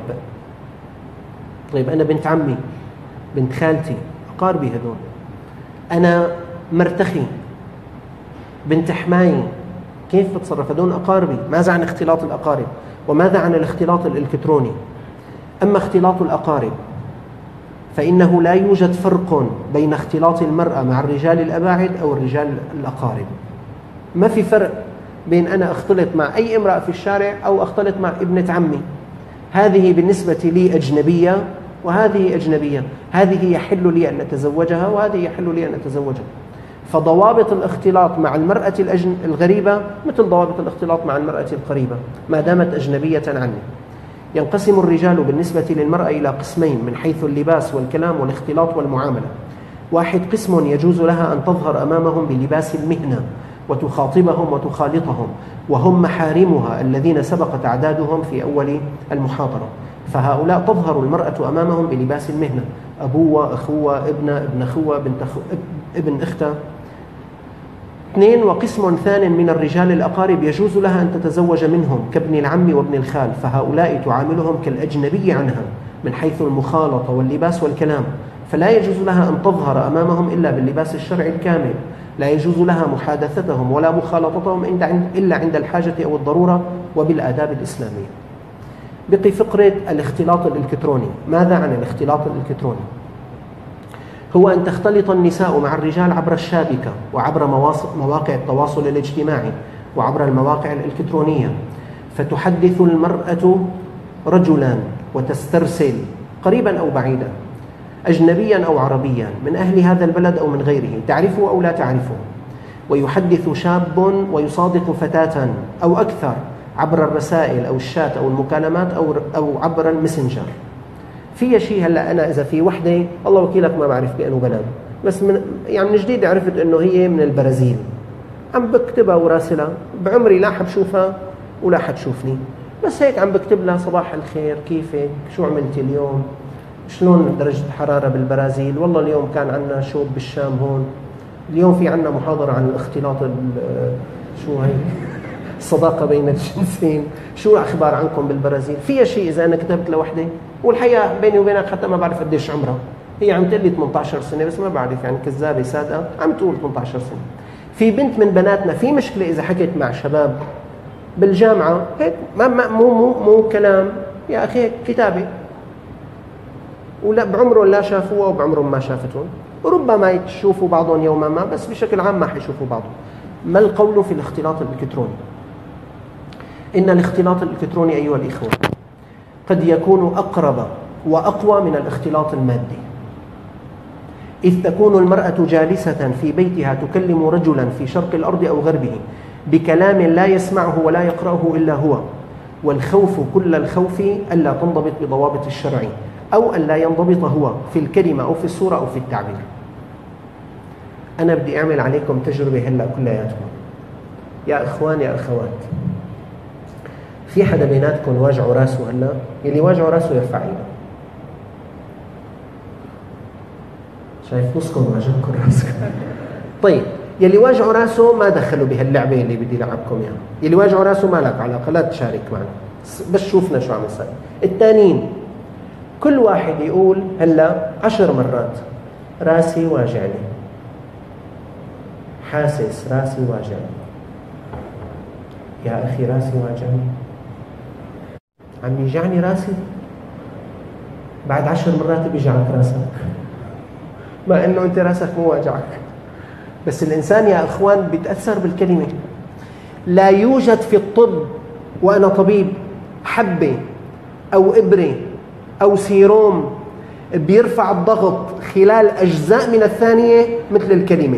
طيب أنا بنت عمي، بنت خالتي، أقاربي هذول، أنا مرتخي، بنت حماي، كيف بتصرف؟ هذول أقاربي. ماذا عن اختلاط الأقارب؟ وماذا عن الاختلاط الإلكتروني؟ أما اختلاط الأقارب فإنه لا يوجد فرق بين اختلاط المرأة مع الرجال الأباعد أو الرجال الأقارب. ما في فرق بين أنا أختلط مع أي امرأة في الشارع أو أختلط مع ابنة عمي. هذه بالنسبة لي أجنبية وهذه أجنبية، هذه يحل لي أن أتزوجها وهذه يحل لي أن أتزوجها. فضوابط الاختلاط مع المرأة الغريبة مثل ضوابط الاختلاط مع المرأة القريبة ما دامت أجنبية عني. ينقسم الرجال بالنسبة للمرأة إلى قسمين من حيث اللباس والكلام والاختلاط والمعاملة. واحد، قسم يجوز لها أن تظهر أمامهم بلباس المهنة وتخاطبهم وتخالطهم، وهم محارمها الذين سبقت أعدادهم في أول المحاضرة. فهؤلاء تظهر المرأة أمامهم بلباس المهنة، أبوة، أخوة، ابنة، ابن أخوة، بنت أخو، ابن أختها. اثنين، وقسم ثان من الرجال الأقارب يجوز لها أن تتزوج منهم كابن العم وابن الخال، فهؤلاء تعاملهم كالأجنبي عنها من حيث المخالطة واللباس والكلام، فلا يجوز لها أن تظهر أمامهم إلا باللباس الشرعي الكامل. لا يجوز لها محادثتهم ولا مخالطتهم إلا عند الحاجة أو الضرورة وبالآداب الإسلامية. بقي فقرة الاختلاط الإلكتروني. ماذا عن الاختلاط الإلكتروني؟ هو أن تختلط النساء مع الرجال عبر الشابكة وعبر مواقع التواصل الاجتماعي وعبر المواقع الإلكترونية، فتحدث المرأة رجلا وتسترسل قريبا أو بعيدا، أجنبيا أو عربيا، من أهل هذا البلد أو من غيره، تعرفه أو لا تعرفه، ويحدث شاب ويصادق فتاة أو أكثر عبر الرسائل أو الشات أو المكالمات أو أو عبر الماسنجر. في شيء هلا أنا إذا في وحدة الله وكيلك ما بعرف بأنه بلد، بس من يعني من جديد عرفت إنه هي من البرازيل، عم بكتبها وراسلها، بعمري لا حبشوفها ولا حتشوفني، بس هيك عم بكتب لها صباح الخير، كيفك، شو عملتي اليوم، شلون درجة الحرارة بالبرازيل، والله اليوم كان عنا شوب بالشام هون، اليوم في عنا محاضرة عن الاختلاط شو هيك الصداقة بين الجنسين، شو أخبار عنكم بالبرازيل. فيها شيء إذا أنا كتبت لوحدي؟ والحقيقة بيني وبينك حتى ما بعرف قديش عمرها، هي عم تقول لي ثمانية عشر سنة بس ما بعرف، يعني كذابة صادقة عم تقول ثمانية عشر سنة. في بنت من بناتنا في مشكلة إذا حكيت مع شباب بالجامعة هيك ما مو مو مو كلام يا أخي، كتابة، ولا بعمرهم لا شافوها وبعمرهم ما شافتهم، وربما يشوفوا بعضهم يوما ما، بس بشكل عام ما حيشوفوا بعضهم. ما القول في الاختلاط الإلكتروني؟ إن الاختلاط الإلكتروني أيها الإخوة قد يكون أقرب وأقوى من الاختلاط المادي، إذ تكون المرأة جالسة في بيتها تكلم رجلا في شرق الأرض أو غربه بكلام لا يسمعه ولا يقرأه إلا هو، والخوف كل الخوف ألا تنضبط بضوابط الشرع، أو ألا ينضبط هو في الكلمة أو في الصورة أو في التعبير. أنا بدي أعمل عليكم تجربة هلأ كلياتكم يا إخوان يا أخوات. في حدا بيناتكم واجعوا راسه هلأ؟ يلي واجعوا راسه يرفع ايده. شايف نصكم واجعكم راسكم. طيب يلي واجعوا راسه ما دخلوا بهاللعبة اللي بدي لعبكم اياها، يلي واجعوا راسه ما لك علاقة، لا تشارك معنا، بس شوفنا شو عم يصير. الثانيين كل واحد يقول هلا عشر مرات راسي واجعني، حاسس راسي واجعني، يا أخي راسي واجعني، عم يجعني راسي، بعد عشر مرات بيجعك راسك، مع إنه أنت راسك مو واجعك. بس الإنسان يا أخوان بيتأثر بالكلمة. لا يوجد في الطب، وأنا طبيب، حبة أو إبرة أو سيروم بيرفع الضغط خلال أجزاء من الثانية مثل الكلمة.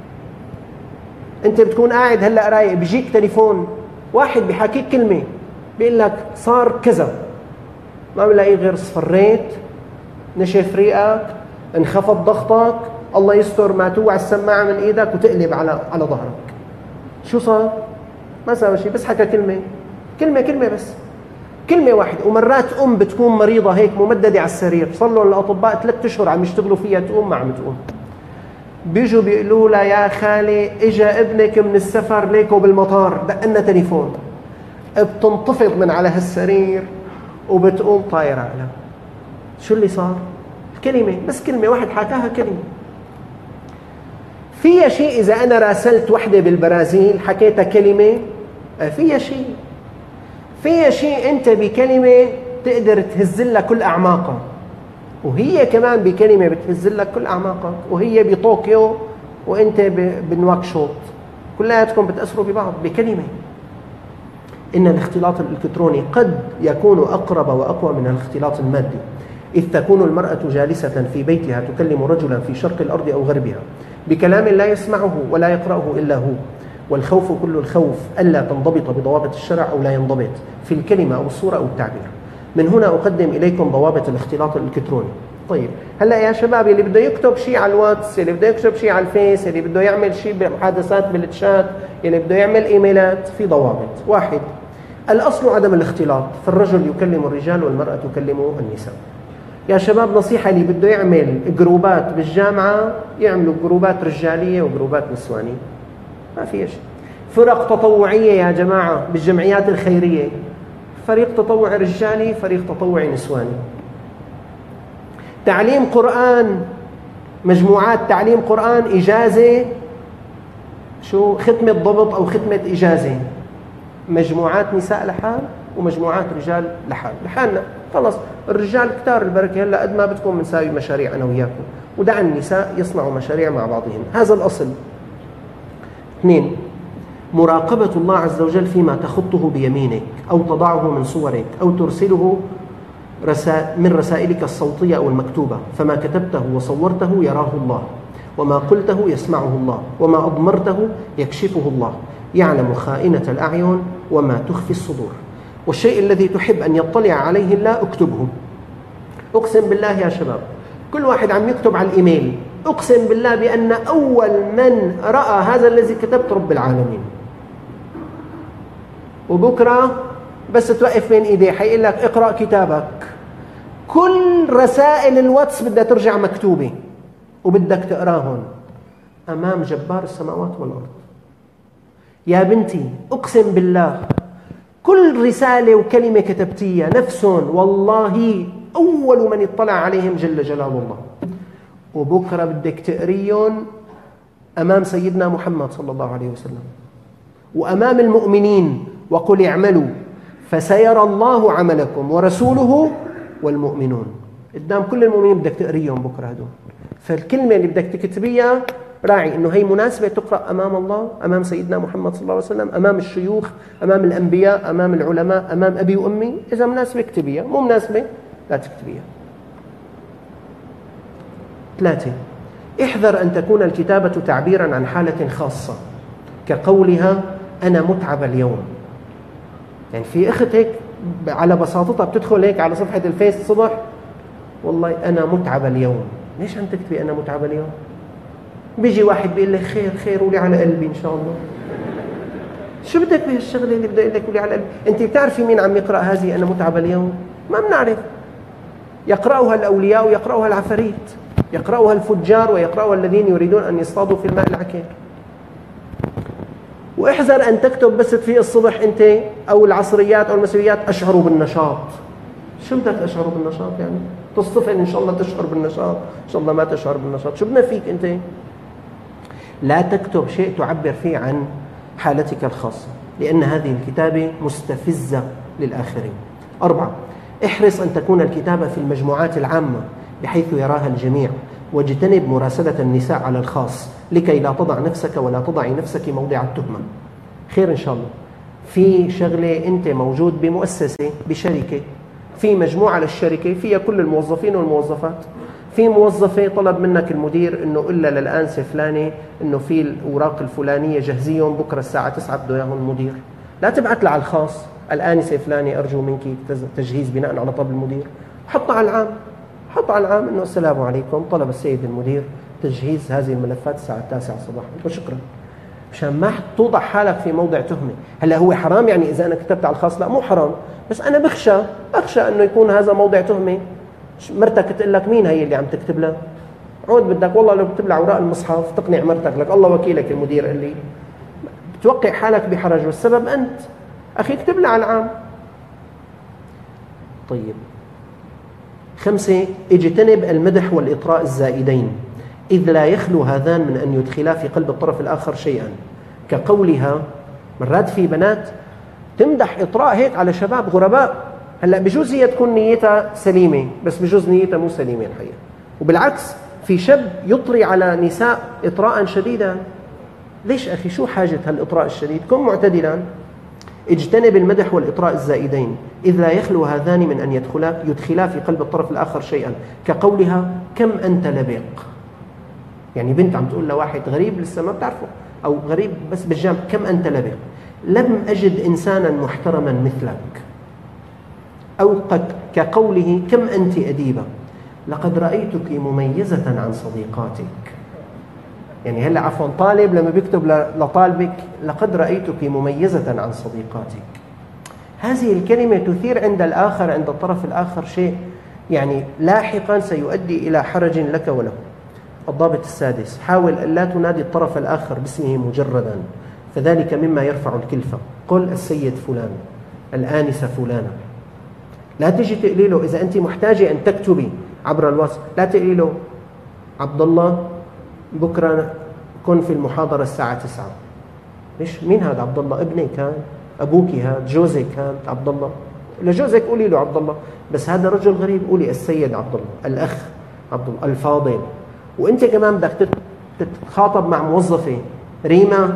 أنت بتكون قاعد هلأ رايق، بيجيك تليفون واحد بيحكيك كلمة بيقول لك صار كذا، ما بلاقي غير صفريت، نشف ريقك، انخفض ضغطك، الله يستر ما توعى السماعة من إيدك وتقلب على على ظهرك. شو صار؟ ما سوى شيء، بس حكى كلمة كلمة كلمة بس كلمة واحدة. ومرات أم بتكون مريضة هيك ممددة على السرير، صار لهم الأطباء ثلاث أشهر عم يشتغلوا فيها تقوم ما عم تقوم، بيجوا بيقولوا لها يا خالي إجا ابنك من السفر ليكو بالمطار، دق لنا تليفون، بتنتفض من على هالسرير وبتقوم طايرة على شو اللي صار؟ كلمة بس، كلمة واحد حكاها كلمة. فيها شيء إذا أنا راسلت وحدة بالبرازيل حكيتها كلمة، فيها شيء فيها شيء أنت بكلمة تقدر تهزلها كل أعماقها، وهي كمان بكلمة بتهزلك كل أعماقك، وهي بطوكيو وأنت بنواكشوط، كلياتكم بتأثروا ببعض بكلمة. إن الاختلاط الإلكتروني قد يكون أقرب وأقوى من الاختلاط المادي، إذ تكون المرأة جالسة في بيتها تكلم رجلا في شرق الأرض أو غربها بكلام لا يسمعه ولا يقرأه إلا هو، والخوف كل الخوف ألا تنضبط بضوابط الشرع أو لا ينضبط في الكلمة أو الصورة أو التعبير. من هنا أقدم إليكم ضوابط الاختلاط الإلكتروني. طيب هلأ يا شباب، اللي بده يكتب شيء على الواتس، اللي بده يكتب شيء على الفيس، اللي بده يعمل شيء بمحادثات بالتشات، اللي بده يعمل إيميلات، في ضوابط. واحد، الأصل عدم الاختلاط، فالرجل يكلم الرجال والمرأة تكلم النساء. يا شباب نصيحة، اللي بده يعمل جروبات بالجامعة يعملوا جروبات رجالية وجروبات نسوانية، ما في شيء. فرق تطوعية يا جماعة بالجمعيات الخيرية، فريق تطوعي رجالي، فريق تطوعي نسواني. تعليم قرآن، مجموعات تعليم قرآن إجازة، شو ختمة ضبط أو ختمة إجازة، مجموعات نساء لحال ومجموعات رجال لحال لحالنا. خلص الرجال كتار البركة، هلا قد ما بدكم بنساوي مشاريع أنا وياكم، ودع النساء يصنعوا مشاريع مع بعضهم، هذا الأصل. اثنين، مراقبة الله عز وجل فيما تخطه بيمينك أو تضعه من صورك أو ترسله من رسائلك الصوتية أو المكتوبة، فما كتبته وصورته يراه الله، وما قلته يسمعه الله، وما أضمرته يكشفه الله، يعلم خائنة الأعين وما تخفي الصدور، والشيء الذي تحب أن يطلع عليه الله اكتبه. أقسم بالله يا شباب، كل واحد عم يكتب على الإيميل أقسم بالله بأن أول من رأى هذا الذي كتبت رب العالمين. وبكرة بس توقف بين إيديه حيقول لك اقرأ كتابك. كل رسائل الواتس بدها ترجع مكتوبة وبدك تقراهن أمام جبار السماوات والأرض. يا بنتي أقسم بالله كل رسالة وكلمة كتبتيها نفس والله أول من اطلع عليهم جل جلال الله. وبكرة بدك تقريهم أمام سيدنا محمد صلى الله عليه وسلم وأمام المؤمنين، وقل اعملوا فسيرى الله عملكم ورسوله والمؤمنون. قدام كل المؤمنين بدك تقريهم بكرة هدول. فالكلمة اللي بدك تكتبيها راعي إنه هي مناسبة تقرأ أمام الله، أمام سيدنا محمد صلى الله عليه وسلم، أمام الشيوخ، أمام الأنبياء، أمام العلماء، أمام أبي وأمي. إذا مناسبة اكتبيها، مو مناسبة لا تكتبيها. ثلاثة، احذر أن تكون الكتابة تعبيرا عن حالة خاصة كقولها أنا متعبة اليوم. يعني في أخت هيك على بساطتها بتدخل هيك على صفحة الفيس الصبح والله أنا متعبة اليوم. ليش عم تكتبي أنا متعبة اليوم؟ بيجي واحد بيقول لك خير خير قولي على قلبي إن شاء الله. شو بدك بهالشغلة اللي بدي أقول لك قولي على قلبي؟ أنت بتعرفي مين عم يقرأ هذه أنا متعبة اليوم؟ ما بنعرف. يقرأها الأولياء ويقرأها العفاريت، يقرأها الفجار ويقرأها الذين يريدون أن يصطادوا في الماء العكير. واحذر أن تكتب بس في الصبح أنت أو العصريات أو المسويات أشعروا بالنشاط. شو بدك أشعروا بالنشاط يعني؟ تصطفل إن شاء الله تشعر بالنشاط، إن شاء الله ما تشعر بالنشاط. شو بدنا فيك أنت؟ لا تكتب شيء تعبر فيه عن حالتك الخاصة، لأن هذه الكتابة مستفزة للآخرين. أربعة، احرص أن تكون الكتابة في المجموعات العامة بحيث يراها الجميع، واجتنب مراسلة النساء على الخاص لكي لا تضع نفسك ولا تضعي نفسك موضع التهمة. خير إن شاء الله. في شغلة أنت موجود بمؤسسة بشركة، في مجموعة للشركة فيها كل الموظفين والموظفات. في موظفة طلب منك المدير إنه إلا للآنسة فلانة إنه في الأوراق الفلانية جهزيهم بكرة الساعة تسعة بده إياهم المدير. لا تبعت لها على الخاص الآنسة فلانة أرجو منك تجهيز بناء على طلب المدير. حطها على العام، حط على العام إنه السلام عليكم طلب السيد المدير تجهيز هذه الملفات الساعة التاسعة صباحا وشكرا، مشان ما توضع حالك في موضع تهمة. هلا هو حرام يعني إذا أنا كتبت على الخاص؟ لا مو حرام، بس أنا بخشى أخشى إنه يكون هذا موضع تهمة. مرتك تقول لك مين هي اللي عم تكتب لها؟ عود بدك والله لو بكتب لها أوراق المصحف تقنع مرتك لك الله وكيلك المدير قال لي، بتوقع حالك بحرج والسبب أنت. أخي اكتب لها على العام. طيب. خمسة، اجتنب المدح والإطراء الزائدين، إذ لا يخلو هذان من أن يدخلا في قلب الطرف الآخر شيئا، كقولها مرات في بنات تمدح إطراء هيك على شباب غرباء. هلأ بجوز هي تكون نيتها سليمة بس بجوز نيتها مو سليمة الحقيقة. وبالعكس في شاب يطري على نساء إطراء شديدا. ليش أخي شو حاجة هالإطراء الشديد؟ كن معتدلا. اجتنب المدح والإطراء الزائدين إذ لا يخلو هذان من أن يدخلا يدخلا في قلب الطرف الآخر شيئا، كقولها كم أنت لبق. يعني بنت عم تقول لواحد غريب لسه ما بتعرفه أو غريب بس بالجامع كم أنت لبق، لم أجد إنسانا محترما مثلك. أو قد كقوله كم أنت أديبة، لقد رأيتك مميزة عن صديقاتك. يعني هلا عفوا طالب لما بيكتب لطالبك لقد رأيتك مميزة عن صديقاتك، هذه الكلمة تثير عند الآخر عند الطرف الآخر شيء يعني لاحقا سيؤدي إلى حرج لك وله. الضابط السادس، حاول ألا تنادي الطرف الآخر باسمه مجردا، فذلك مما يرفع الكلفة. قل السيد فلان، الآنسة فلانة. لا تجي تقولي له إذا أنت محتاجة أن تكتبي عبر الواتس لا تقولي له عبد الله بكرة كن في المحاضرة الساعة تسعة. ليش؟ مين هذا عبد الله؟ ابنك كان، أبوك هذا، جوزك كان عبد الله. لجوزك قولي له عبد الله، بس هذا رجل غريب قولي السيد عبد الله، الأخ عبد الله، الفاضل. وأنت كمان بدك تتخاطب مع موظفة ريما،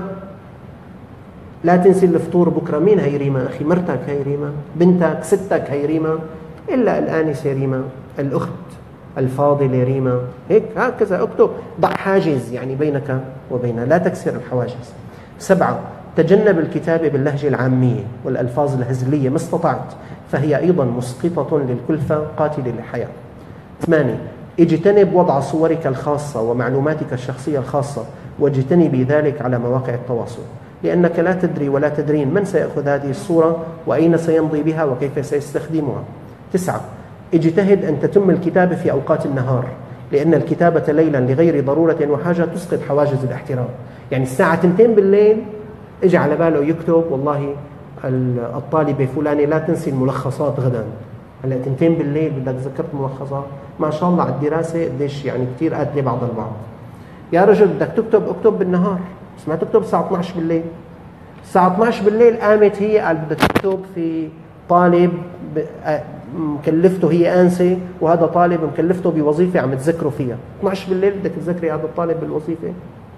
لا تنسي الفطور بكرة. مين هي ريما أخي؟ مرتك هي ريما، بنتك، ستك هي ريما، إلا الآنسة ريما، الأخت الفاضلة ريما. هيك هكذا اكتب، ضع حاجز يعني بينك وبينها، لا تكسر الحواجز. سبعة، تجنب الكتابة باللهجة العامية والألفاظ الهزلية ما استطعت، فهي أيضا مسقطة للكلفة قاتلة للحياة. ثمانية، اجتنب وضع صورك الخاصة ومعلوماتك الشخصية الخاصة، واجتنبي ذلك على مواقع التواصل، لأنك لا تدري ولا تدرين من سيأخذ هذه الصورة وأين سيمضي بها وكيف سيستخدمها. تسعة، اجتهد أن تتم الكتابة في أوقات النهار، لأن الكتابة ليلا لغير ضرورة وحاجة تسقط حواجز الاحترام. يعني الساعة اثنتين بالليل اجى على باله يكتب والله الطالبة فلانة لا تنسي الملخصات غدا. هلا اثنتين بالليل بدك ذكرت ملخصات؟ ما شاء الله على الدراسة قديش يعني كثير قاتلة بعض البعض. يا رجل بدك تكتب اكتب بالنهار، بس ما تكتب الساعة اثنعش بالليل. الساعة اثنعش بالليل قامت هي قال بدها تكتب في طالب مكلفته هي آنسة، وهذا طالب مكلفته بوظيفة عم تذكروا فيها. اثنعش بالليل بدك تذكري هذا الطالب بالوظيفة؟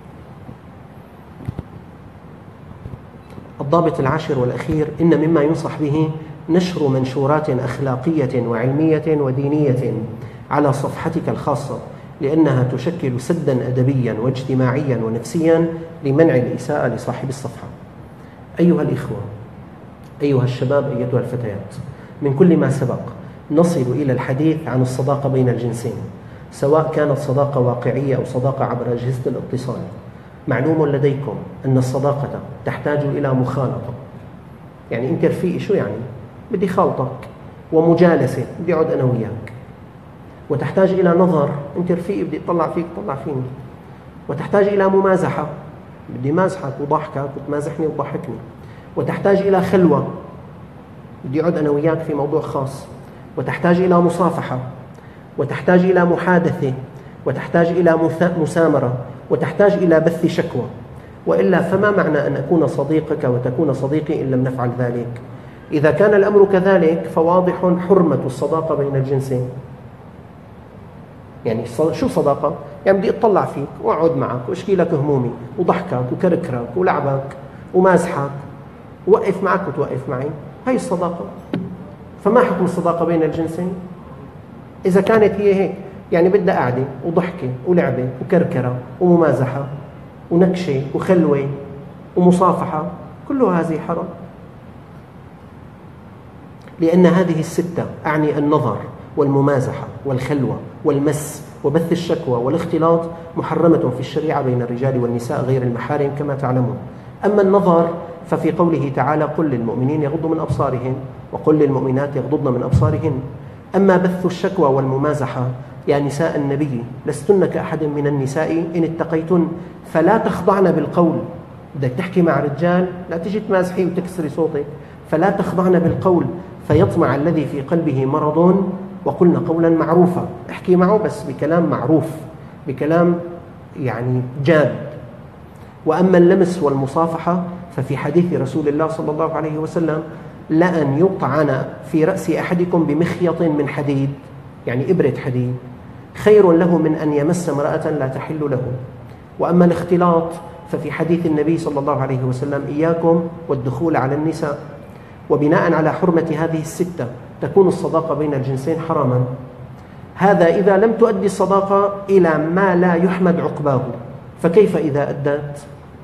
الضابط العاشر والأخير، إن مما ينصح به نشر منشورات أخلاقية وعلمية ودينية على صفحتك الخاصة، لأنها تشكل سداً أدبياً واجتماعياً ونفسياً لمنع الإساءة لصاحب الصفحة. أيها الإخوة، أيها الشباب، أيتها الفتيات، من كل ما سبق نصل إلى الحديث عن الصداقة بين الجنسين، سواء كانت صداقة واقعية أو صداقة عبر أجهزة الاتصال. معلوم لديكم أن الصداقة تحتاج إلى مخالطة. يعني أنت رفيقي، شو يعني؟ بدي خالطك، ومجالسة، بدي أقعد أنا وياك. وتحتاج إلى نظر، أنت رفيقي بدي أطلع فيك طلع فيني. وتحتاج إلى ممازحة، بدي مازحك وضحكك وتمازحني وتضحكني. وتحتاج إلى خلوة، بدي أقعد أنا وياك في موضوع خاص. وتحتاج إلى مصافحة، وتحتاج إلى محادثة، وتحتاج إلى مسامرة، وتحتاج إلى بث شكوى. وإلا فما معنى أن أكون صديقك وتكون صديقي إن لم نفعل ذلك؟ إذا كان الأمر كذلك فواضح حرمة الصداقة بين الجنسين. يعني شو صداقة؟ يعني بدي أطلع فيك وأقعد معك وأشكي لك همومي وضحكك وكركرك ولعبك ومازحك، ووقف معك وتوقف معي. هاي الصداقة. فما حكم الصداقة بين الجنسين؟ إذا كانت هي هيك، يعني بدها قعدة وضحكة ولعبة وكركرة وممازحة ونكشة وخلوة ومصافحة، كل هذه حرام. لأن هذه الستة، أعني النظر والممازحة والخلوة والمس وبث الشكوى والاختلاط، محرمة في الشريعة بين الرجال والنساء غير المحارم كما تعلمون. أما النظر ففي قوله تعالى: قل للمؤمنين يغضوا من أبصارهم وقل للمؤمنات يغضضن من أبصارهن. أما بث الشكوى والممازحة، يا نساء النبي لستن كأحد من النساء إن اتقيتن فلا تخضعن بالقول. بدك تحكي مع رجال لا تجي تمازحي وتكسري صوتك، فلا تخضعن بالقول فيطمع الذي في قلبه مرض وقلنا قولا معروفا. احكي معه بس بكلام معروف، بكلام يعني جاد. وأما اللمس والمصافحة ففي حديث رسول الله صلى الله عليه وسلم: لأن يطعن في رأس أحدكم بمخيط من حديد، يعني إبرة حديد، خير له من أن يمس امرأة لا تحل له. وأما الاختلاط ففي حديث النبي صلى الله عليه وسلم: إياكم والدخول على النساء. وبناء على حرمة هذه الستة تكون الصداقة بين الجنسين حراما. هذا إذا لم تؤدي الصداقة إلى ما لا يحمد عقباه، فكيف إذا أدت؟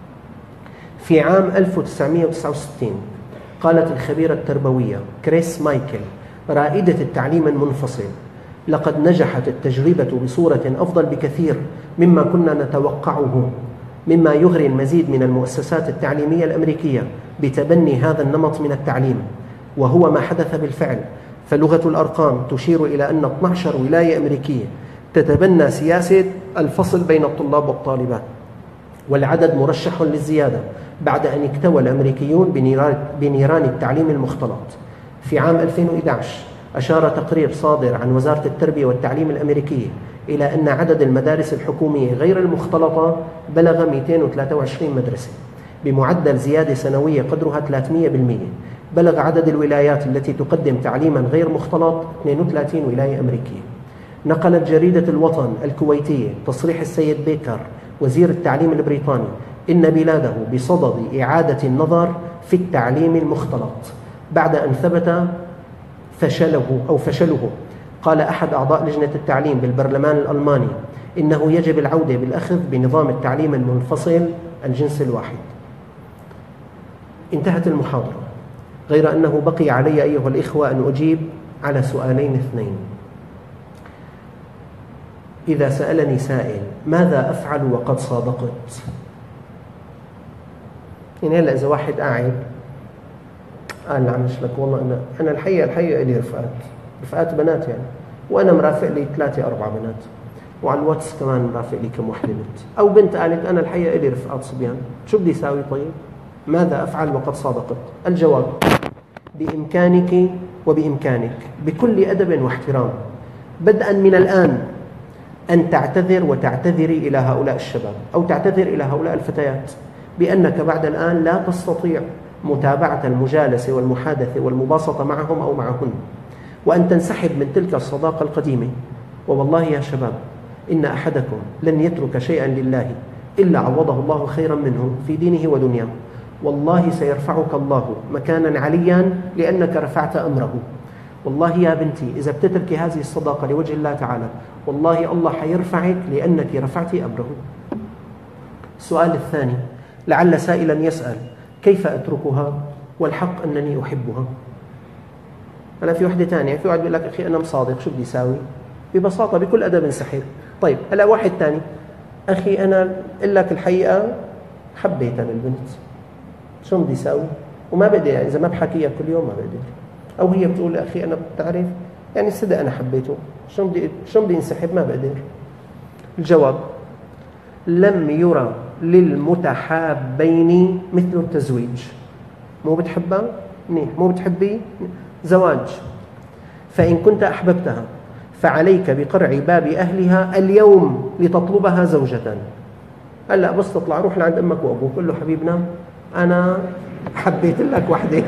في عام ألف وتسعمائة وتسعة وستين قالت الخبيرة التربوية كريس مايكل رائدة التعليم المنفصل: لقد نجحت التجربة بصورة أفضل بكثير مما كنا نتوقعه، مما يغري المزيد من المؤسسات التعليمية الأمريكية بتبني هذا النمط من التعليم، وهو ما حدث بالفعل. فلغة الأرقام تشير إلى أن اثنتي عشرة ولاية أمريكية تتبنى سياسة الفصل بين الطلاب والطالبات، والعدد مرشح للزيادة بعد أن اكتوى الأمريكيون بنيران التعليم المختلط. في عام ألفين وأحد عشر أشار تقرير صادر عن وزارة التربية والتعليم الأمريكية إلى أن عدد المدارس الحكومية غير المختلطة بلغ مئتين وثلاثة وعشرين مدرسة بمعدل زيادة سنوية قدرها ثلاثمئة بالمئة. بلغ عدد الولايات التي تقدم تعليما غير مختلط اثنين وثلاثين ولاية أمريكية. نقلت جريدة الوطن الكويتية تصريح السيد بيكر وزير التعليم البريطاني إن بلاده بصدد إعادة النظر في التعليم المختلط بعد أن ثبت فشله أو فشله. قال أحد أعضاء لجنة التعليم بالبرلمان الألماني إنه يجب العودة بالأخذ بنظام التعليم المنفصل الجنس الواحد. انتهت المحاضرة، غير أنه بقي علي أيها الإخوة أن أجيب على سؤالين اثنين. إذا سألني سائل ماذا أفعل وقد صادقت؟ يعني هلا إذا واحد قاعد قال لعنش لك والله أنا أنا الحقيقة الحقيقة إلي رفقات رفقات بنات يعني، وأنا مرافق لي ثلاثة أربع بنات، وعلى الواتس كمان مرافق لي كم وحدة بنت، أو بنت قالت أنا الحقيقة إلي رفقات صبيان، شو بدي أساوي طيب؟ ماذا أفعل وقد صادقت؟ الجواب: بإمكانك وبإمكانك بكل أدب واحترام بدءا من الآن أن تعتذر وتعتذري إلى هؤلاء الشباب أو تعتذر إلى هؤلاء الفتيات بأنك بعد الآن لا تستطيع متابعة المجالسة والمحادثة والمباسطة معهم أو معهن، وأن تنسحب من تلك الصداقة القديمة. ووالله يا شباب إن أحدكم لن يترك شيئا لله إلا عوضه الله خيرا منه في دينه ودنياه، والله سيرفعك الله مكانا عليا لأنك رفعت أمره. والله يا بنتي إذا بتتركي هذه الصداقة لوجه الله تعالى والله الله حيرفعك لأنك رفعت أمره. السؤال الثاني: لعل سائلا يسأل كيف أتركها والحق أنني أحبها؟ أنا في وحدة ثانية، في واحد بيقول لك أخي أنا مصادق شو بدي أساوي؟ ببساطة بكل أدب انسحب. طيب هلا واحد ثاني: أخي أنا أقول لك الحقيقة حبيتها للبنت، شو بدي أساوي؟ وما بقدر يعني إذا ما بحكيها كل يوم ما بقدر، أو هي بتقول أخي أنا بتعرف يعني صدق أنا حبيته، شو بدي شو بدي انسحب؟ ما بقدر. الجواب: لم يرى للمتحابين مثل التزويج. مو بتحبها؟ منيح. مو بتحبي؟ زواج. فإن كنت أحببتها فعليك بقرع باب أهلها اليوم لتطلبها زوجة. هلا بس تطلع روح لعند أمك وأبوك قل له حبيبنا أنا حبيت لك وحدة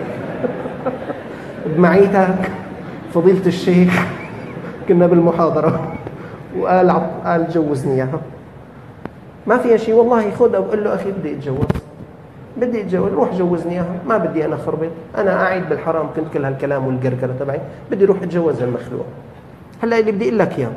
بمعيتك فضيلة الشيخ كنا بالمحاضرة وقال قال جوزني إياها، ما فيها شيء والله، خذ أو قل له أخي بدي أتجوز بدي أتجوز روح جوزني إياها، ما بدي أنا خربط، أنا قاعد بالحرام كنت كل هالكلام والقرقرة تبعي، بدي روح أتجوز المخلوق. هلا اللي بدي أقول لك إياه: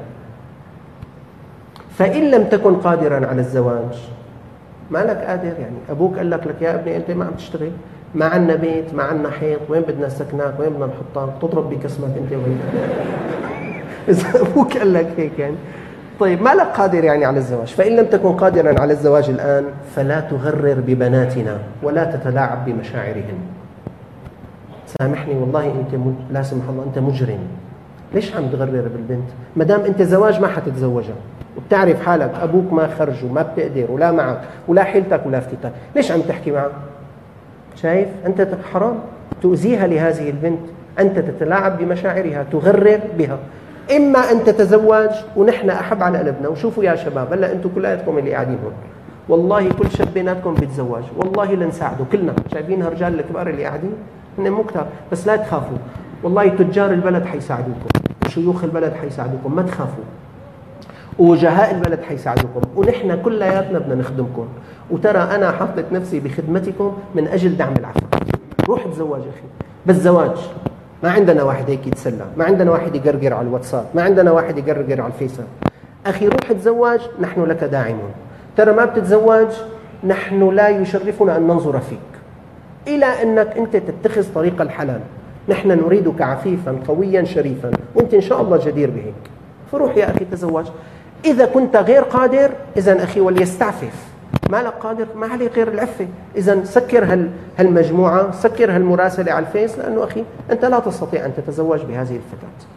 فإن لم تكن قادرا على الزواج، ما لك قادر يعني أبوك قال لك لك يا ابني أنت ما عم تشتغل، ما عنا بيت ما عنا حيط، وين بدنا سكناك وين بدنا نحطك، تضرب بكسمك أنت وين إذا أبوك قال لك هيك يعني. طيب ما لك قادر يعني على الزواج، فإن لم تكن قادرا على الزواج الآن فلا تغرر ببناتنا ولا تتلاعب بمشاعرهن. سامحني والله أنت لا سمح الله أنت مجرم، ليش عم تغرر بالبنت؟ ما دام أنت زواج ما حتتزوجها وبتعرف حالك أبوك ما خرج وما بتقدر ولا معك ولا حيلتك ولا فتتك، ليش عم تحكي معه؟ شايف أنت حرام تؤذيها لهذه البنت، أنت تتلاعب بمشاعرها تغرر بها. إما أن تتزوج ونحن أحب على قلبنا. وشوفوا يا شباب هلا أنتم كلياتكم اللي قاعدين هون والله كل شاب بيناتكم بيتزوج والله لنساعده كلنا، شايفين هالرجال الكبار اللي قاعدين هن مو كتار، بس لا تخافوا والله تجار البلد حيساعدوكم وشيوخ البلد حيساعدوكم، ما تخافوا، ووجهاء البلد حيساعدوكم، ونحن كلياتنا بدنا نخدمكم. وترى أنا حطيت نفسي بخدمتكم من أجل دعم العفو. روح تزوج أخي، بس زواج ما عندنا واحد هيك يتسلى، ما عندنا واحد يقرقر على الواتساب، ما عندنا واحد يقرقر على الفيسبوك. أخي روح تزوج نحن لك داعمون. ترى ما بتتزوج نحن لا يشرفنا أن ننظر فيك إلى أنك أنت تتخذ طريق الحلال. نحن نريدك عفيفا قويا شريفا وأنت إن شاء الله جدير بهيك، فروح يا أخي تزوج. إذا كنت غير قادر إذن أخي وليستعفف، ما لك قادر ما عليه غير العفة. إذن سكر هال هالمجموعة، سكر هالمراسلة على الفيس، لأنه أخي أنت لا تستطيع أن تتزوج بهذه الفتاة.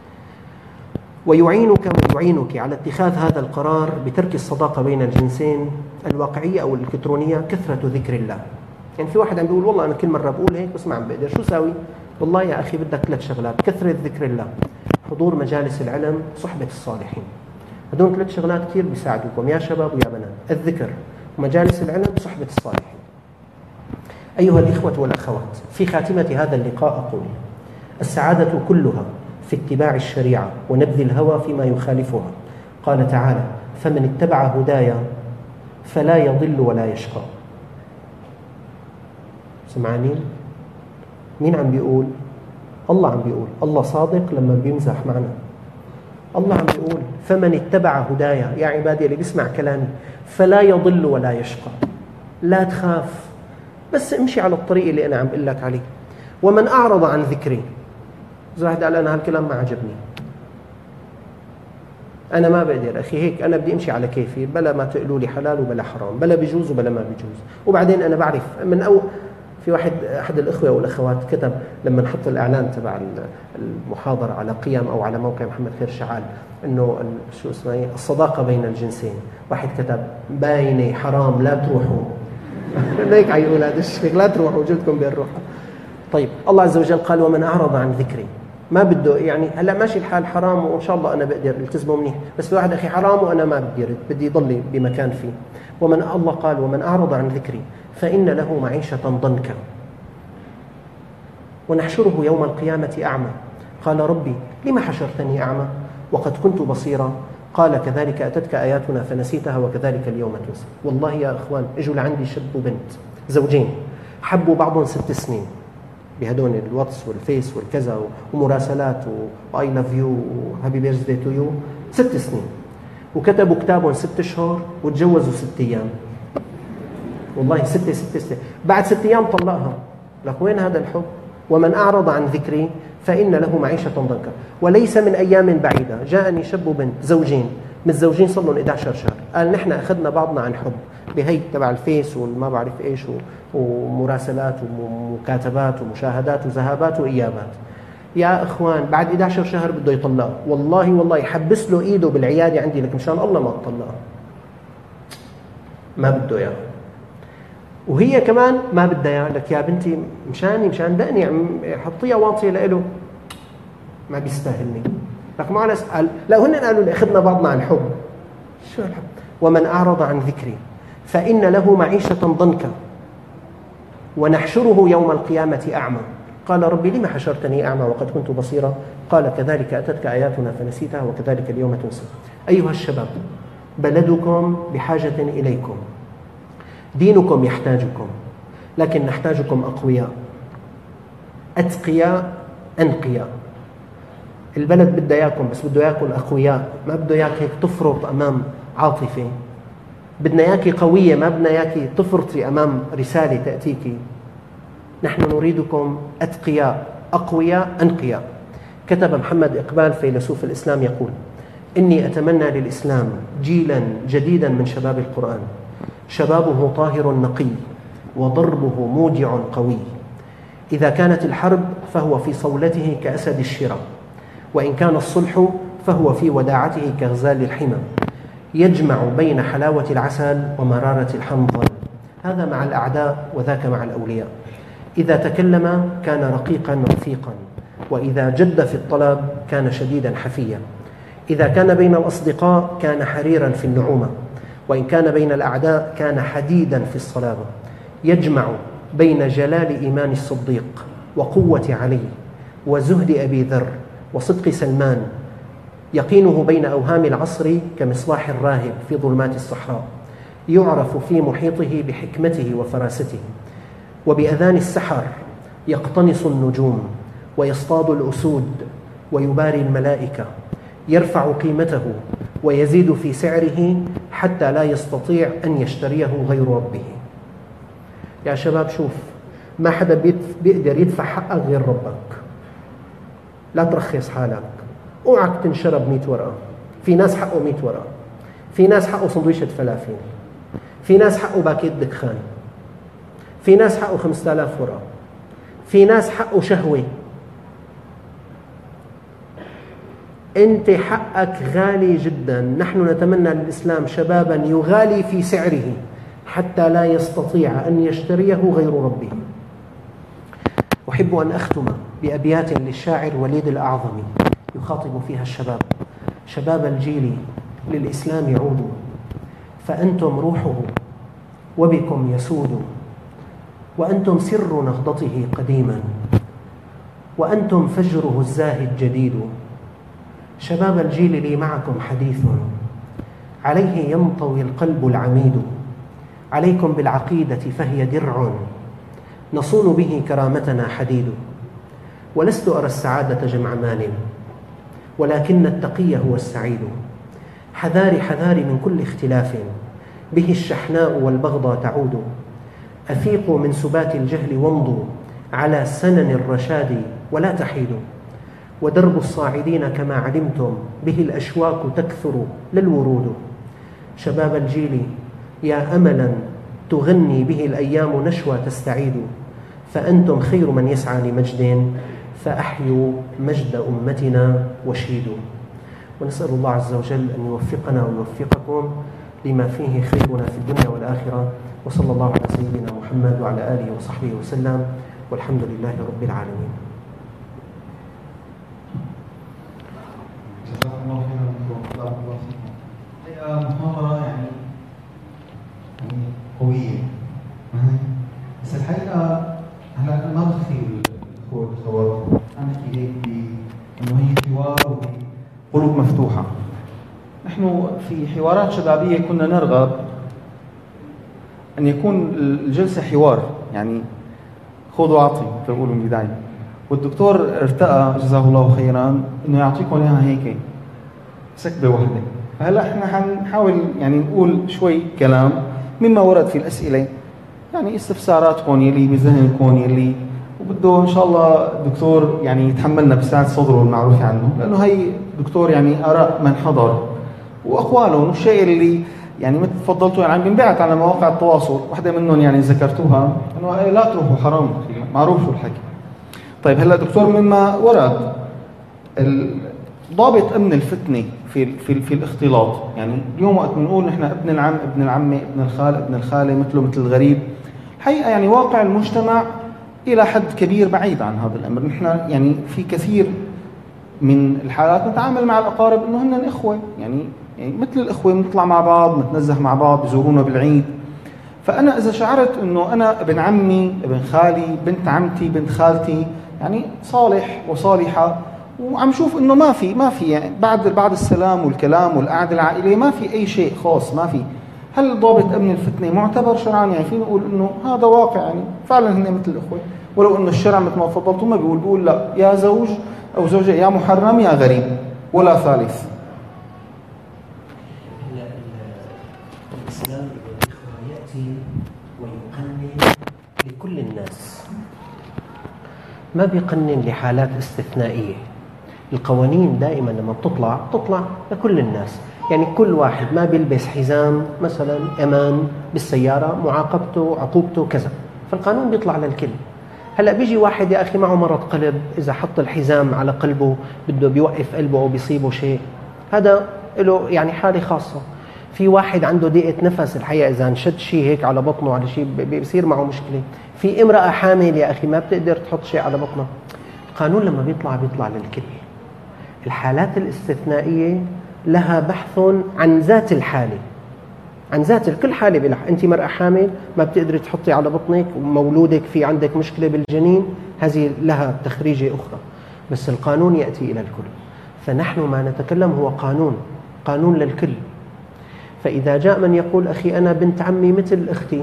ويعينك ويعينك على اتخاذ هذا القرار بترك الصداقة بين الجنسين الواقعية أو الإلكترونية كثرة ذكر الله. يعني في واحد عم بيقول والله أنا كل مرة بقول هيك بس ما عم بقدر، شو ساوي؟ والله يا أخي بدك ثلاث شغلات: كثرة ذكر الله، حضور مجالس العلم، صحبة الصالحين. هدول ثلاث شغلات كثير بيساعدوكم يا شباب ويا بنات: الذكر ومجالس العلم وصحبة الصالحين. أيها الإخوة والأخوات، في خاتمة هذا اللقاء أقول: السعادة كلها في اتباع الشريعة ونبذ الهوى فيما يخالفها. قال تعالى: فمن اتبع هدايا فلا يضل ولا يشقى. سمعانين؟ مين عم بيقول؟ الله عم بيقول. الله صادق لما بيمزح معنا. الله عم بيقول فمن اتبع هدايا، يا عبادي اللي بيسمع كلامي فلا يضل ولا يشقى. لا تخاف، بس امشي على الطريق اللي أنا عم بقول لك عليه. ومن أعرض عن ذكري، إذا واحد قال أنا هالكلام ما عجبني، أنا ما بقدر أخي هيك، أنا بدي أمشي على كيفي، بلا ما تقولوا لي حلال وبلا حرام، بلا بيجوز وبلا ما بيجوز. وبعدين أنا بعرف من أو في واحد أحد الأخوة والأخوات كتب لما نحط الإعلان تبع المحاضرة على قيم أو على موقع محمد خير شعال إنه شو اسمه الصداقة بين الجنسين، واحد كتب باينة حرام لا تروحوا هيك عيقول هذا الشيء، لا تروحوا وجودكم بين روحه. طيب الله عز وجل قال ومن أعرض عن ذكري، ما بده يعني هلا ماشي الحال حرام وإن شاء الله أنا بقدر التزمه منيح، بس في واحد أخي حرام وأنا ما بدي أرد، بدي يضل بمكان فيه. ومن الله قال ومن أعرض عن ذكري فإن له معيشة ضنكا ونحشره يوم القيامة أعمى. قال ربي لم حشرتني أعمى وقد كنت بصيرا قال كذلك أتتك آياتنا فنسيتها وكذلك اليوم تنسى. والله يا أخوان اجوا لعندي شاب وبنت زوجين حبوا بعضهم ست سنين بهدون الواتس والفيس والكذا ومراسلات وآي لاف يو وهابي بيرثدي تو يو، ست سنين، وكتبوا كتابهم ست اشهر وتجوزوا ست ايام. والله ستة ستة ستة بعد ست ايام طلقها. لك وين هذا الحب؟ ومن أعرض عن ذكري فإن له معيشة ضنكا. وليس من أيام بعيدة جاءني شاب وبنت زوجين متزوجين صار لهم إحدى عشر شهر، قال نحن أخذنا بعضنا عن حب بهي تبع الفيس وما بعرف إيش ومراسلات ومكاتبات ومشاهدات وذهابات وإيابات. يا إخوان بعد إحدى عشر شهر بده يطلق، والله والله يحبس له إيده بالعيادة عندي لك مشان الله ما تطلقها، ما بده إياه. وهي كمان ما بدها اياه، لك يا بنتي مشاني مشان دقني حطيها واطيه لإله، ما بيستاهلني. لك ما ناس قال لا هن قالوا لي اخذنا بعضنا عن حب. شو الحب؟ ومن اعرض عن ذكري فان له معيشه ضنكا ونحشره يوم القيامه اعمى. قال ربي لم حشرتني اعمى وقد كنت بصيرا قال كذلك اتتك اياتنا فنسيتها وكذلك اليوم تنسى. ايها الشباب بلدكم بحاجه اليكم، دينكم يحتاجكم، لكن نحتاجكم أقوياء أتقياء أنقياء. البلد بده إياكم بس بده إياكم أقوياء، ما بده إياك هيك تفرط أمام عاطفة، بدنا إياكي قوية، ما بدنا إياكي تفرطي أمام رسالة تأتيكي. نحن نريدكم أتقياء أقوياء أنقياء. كتب محمد إقبال فيلسوف الإسلام يقول إني أتمنى للإسلام جيلا جديدا من شباب القرآن، شبابه طاهر نقي وضربه موجع قوي. إذا كانت الحرب فهو في صولته كأسد الشرى، وإن كان الصلح فهو في وداعته كغزال الحمى، يجمع بين حلاوة العسل ومرارة الحنظل. هذا مع الأعداء وذاك مع الأولياء. إذا تكلم كان رقيقا رفيقا، وإذا جد في الطلب كان شديدا حفيا. إذا كان بين الأصدقاء كان حريرا في النعومة، وإن كان بين الأعداء كان حديدا في الصلابة. يجمع بين جلال إيمان الصديق وقوة علي وزهد أبي ذر وصدق سلمان، يقينه بين أوهام العصر كمصباح الراهب في ظلمات الصحراء، يعرف في محيطه بحكمته وفراسته. وبأذان السحر يقتنص النجوم ويصطاد الأسود ويباري الملائكة، يرفع قيمته ويزيد في سعره حتى لا يستطيع أن يشتريه غير ربه. يا شباب شوف، ما حدا بيقدر يدفع حقك غير ربك. لا ترخص حالك، اوعك تنشرب مئة ورقة. في ناس حقه مئة ورقة، في ناس حقه سندويشة فلافل، في ناس حقه باكيت دخان، في ناس حقه خمسة آلاف ورقة، في ناس حقه شهوة. أنت حقك غالي جدا. نحن نتمنى للإسلام شبابا يغالي في سعره حتى لا يستطيع أن يشتريه غير ربه. أحب أن أختم بأبيات للشاعر وليد الأعظمي يخاطب فيها الشباب: شباب الجيل للإسلام يعود، فأنتم روحه وبكم يسود، وأنتم سر نهضته قديما، وأنتم فجره الزاهي الجديد. شباب الجيل لي معكم حديث، عليه ينطوي القلب العميد. عليكم بالعقيدة فهي درع، نصون به كرامتنا حديد. ولست أرى السعادة جمع مال، ولكن التقي هو السعيد. حذاري حذاري من كل اختلاف، به الشحناء والبغضى تعود. أفيقوا من سبات الجهل وامضوا على سنن الرشاد ولا تحيدوا. ودرب الصاعدين كما علمتم به الأشواك تكثر للورود. شباب الجيل يا أملا تغني به الأيام نشوى تستعيد، فأنتم خير من يسعى لمجد، فأحيوا مجد أمتنا وشيدوا. ونسأل الله عز وجل أن يوفقنا ويوفقكم لما فيه خيرنا في الدنيا والآخرة. وصلى الله على سيدنا محمد وعلى آله وصحبه وسلم، والحمد لله رب العالمين. جزاكم الله خيرا وبارك الله فيكم. هي محاضرة يعني يعني قوية، بس الحقيقة هلا أنا ما بخفي الأخوة والأخوات، أنا أحكي هيك بأنه هي حوار وقلوب مفتوحة. نحن في حوارات شبابية كنا نرغب أن يكون الجلسة حوار، يعني خذ وأعطي تقولوا من البداية، والدكتور ارتقى جزاه الله خيرا انه يعطيكم اياها هيك سكبه واحده. فهلا احنا حنحاول يعني نقول شوي كلام مما ورد في الاسئله، يعني استفساراتكم يلي بذهنكم يلي وبده ان شاء الله الدكتور يعني يتحملنا بسعه صدره المعروف عنه، لانه هي دكتور يعني اراء من حضر واقوالهم والشيء اللي يعني مثل تفضلتوا يعني بينبعت على مواقع التواصل، واحده منهم يعني ذكرتوها انه لا تروحوا حرام، معروف شو الحكي. طيب هلا دكتور مما ورد ضابط امن الفتنه في في في الاختلاط، يعني اليوم وقت بنقول نحن ابن العم ابن العمه ابن الخال ابن الخاله مثله مثل الغريب، الحقيقه يعني واقع المجتمع الى حد كبير بعيد عن هذا الامر. نحن يعني في كثير من الحالات نتعامل مع الاقارب انه هن اخوه، يعني يعني مثل الاخوه بنطلع مع بعض بنتنزه مع بعض بزورونا بالعيد. فانا اذا شعرت انه انا ابن عمي ابن خالي بنت عمتي بنت خالتي يعني صالح وصالحه، وعم شوف انه ما في ما في يعني بعد بعد السلام والكلام والقعده العائليه ما في اي شيء خاص، ما في، هل ضابط امن الفتنه معتبر شرعا؟ يعني فينا نقول انه هذا واقع، يعني فعلا هن مثل الاخوه، ولو انه الشرع مثل ما تفضلتوا ما بيقول بيقول لا يا زوج او زوجه يا محرم يا غريب ولا ثالث. الاسلام ياتي ويقنن لكل الناس، ما بيقنن لحالات استثنائية. القوانين دائما لما بتطلع بتطلع لكل الناس، يعني كل واحد ما بيلبس حزام مثلا امان بالسيارة معاقبته عقوبته كذا، فالقانون بيطلع للكل. هلا بيجي واحد يا اخي معه مرض قلب، اذا حط الحزام على قلبه بده بيوقف قلبه او بيصيبه شيء، هذا له يعني حالة خاصة. في واحد عنده ضيقة نفس، الحقيقة إذا انشد شيء هيك على بطنه على شيء بيصير معه مشكلة. في امرأة حامل يا أخي ما بتقدر تحط شيء على بطنها. القانون لما بيطلع بيطلع للكل. الحالات الاستثنائية لها بحث عن ذات الحالة، عن ذات كل حالة بلح. أنت مرأة حامل ما بتقدري تحطي على بطنك، ومولودك في عندك مشكلة بالجنين، هذه لها تخريجة أخرى، بس القانون يأتي إلى الكل. فنحن ما نتكلم هو قانون، قانون للكل. فإذا جاء من يقول أخي أنا بنت عمي مثل أختي،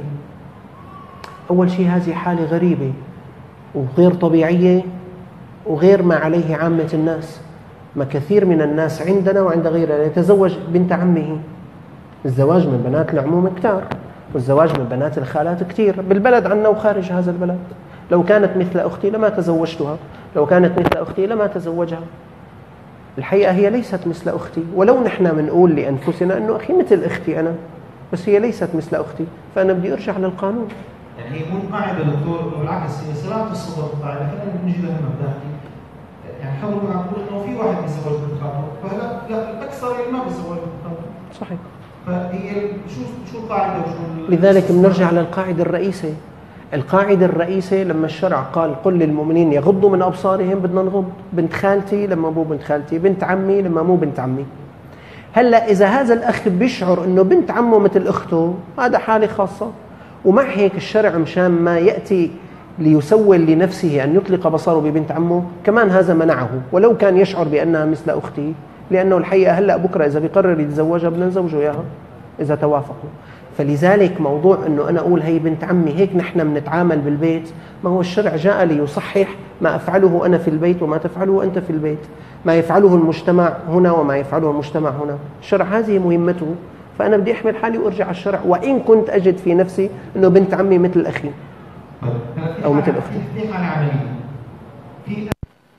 أول شيء هذه حالة غريبة وغير طبيعية وغير ما عليه عامة الناس. ما كثير من الناس عندنا وعند غيرنا يتزوج بنت عمه. الزواج من بنات العموم كتار، والزواج من بنات الخالات كتير بالبلد عنا وخارج هذا البلد. لو كانت مثل أختي لما تزوجتها، لو كانت مثل أختي لما تزوجها. الحقيقة هي ليست مثل أختي، ولو نحن بنقول لأنفسنا أنه أخي مثل أختي أنا، بس هي ليست مثل أختي، فأنا بدي أرجع للقانون. يعني هي مو قاعدة دكتور، بالعكس هي سلامة الصدر قاعدة، خلينا نجي لها مبدأ. يعني حضرتك عم تقول إنه في واحد بيتزوج بنت خالته، فهلا لا الأكثر اللي ما بيتزوج بنت خالته. صحيح. فهي شو شو القاعدة وشو لذلك بنرجع للقاعدة الرئيسة. القاعدة الرئيسة لما الشرع قال قل للمؤمنين يغضوا من أبصارهم، بدنا نغض. بنت خالتي لما مو بنت خالتي، بنت عمي لما مو بنت عمي. هلا إذا هذا الأخ بيشعر إنه بنت عمه مثل أخته، هذا حالة خاصة. ومع هيك الشرع مشان ما يأتي ليسول لنفسه أن يطلق بصره ببنت عمه كمان هذا منعه، ولو كان يشعر بأنها مثل أخته، لأنه الحقيقة هلا بكرة إذا بيقرر يتزوجها بدنا نزوجه إياها إذا توافقوا. فلذلك موضوع أنه أنا أقول هي بنت عمي هيك نحن بنتعامل بالبيت، ما هو الشرع جاء ليصحح ما أفعله أنا في البيت وما تفعله أنت في البيت، ما يفعله المجتمع هنا وما يفعله المجتمع هنا. الشرع هذه مهمته، فأنا بدي أحمل حالي وأرجع على الشرع، وإن كنت أجد في نفسي أنه بنت عمي مثل أخي أو مثل أختي. في حالة عملية، في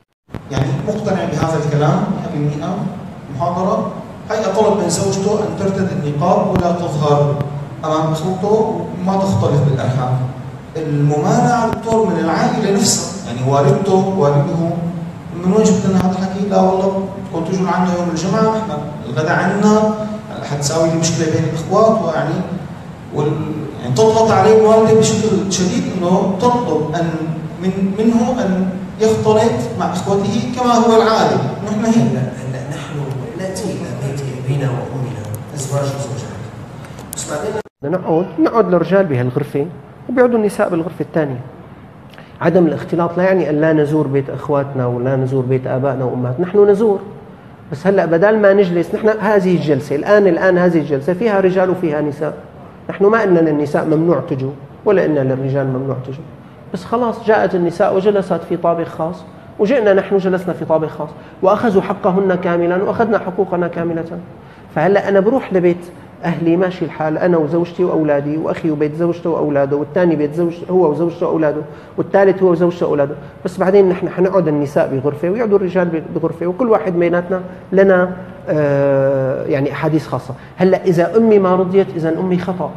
يعني مقتنع بهذا الكلام مئة بالمئة. محاضرة، هيئة طلب من زوجته أن ترتدي النقاب ولا تظهر أمام أخوته وما تختلط بالأرحام. الممانعة دكتور من العائلة نفسها، يعني والدته والده من وين جبت لنا هذا الحكي؟ لا والله بدكم تجوا لعنا يوم الجمعة، احنا الغداء عنا، حتساوي لي مشكلة بين الإخوات، ويعني وال... يعني تضغط عليه الوالدة بشكل شديد انه تطلب ان من منه ان يختلط مع اخوته كما هو العادي. نحن هيك هلا نحن ناتي الى بيت ابينا وامنا ازواج وزوجات، بس بعدين بدنا نقعد نقعد الرجال بهالغرفه وبيقعدوا النساء بالغرفه الثانيه. عدم الاختلاط لا يعني ان لا نزور بيت اخواتنا ولا نزور بيت ابائنا وامهاتنا، نحن نزور، بس هلا بدل ما نجلس نحن هذه الجلسه الان الان هذه الجلسه فيها رجال وفيها نساء. نحن ما قلنا للنساء ممنوع تجوا ولا قلنا للرجال ممنوع تجوا، بس خلاص جاءت النساء وجلست في طابق خاص وجئنا نحن جلسنا في طابق خاص وأخذوا حقهن كاملا وأخذنا حقوقنا كاملة. فهلا أنا بروح لبيت أهلي ماشي الحال، أنا وزوجتي وأولادي وأخي وبيت زوجته وأولاده، والثاني بيت زوج هو وزوجته وأولاده، والثالث هو وزوجته وأولاده، بس بعدين نحن حنقعد النساء بغرفة ويقعدوا الرجال بغرفة وكل واحد بيناتنا لنا آه يعني أحاديث خاصة. هلا إذا أمي ما رضيت إذا أمي خطأ،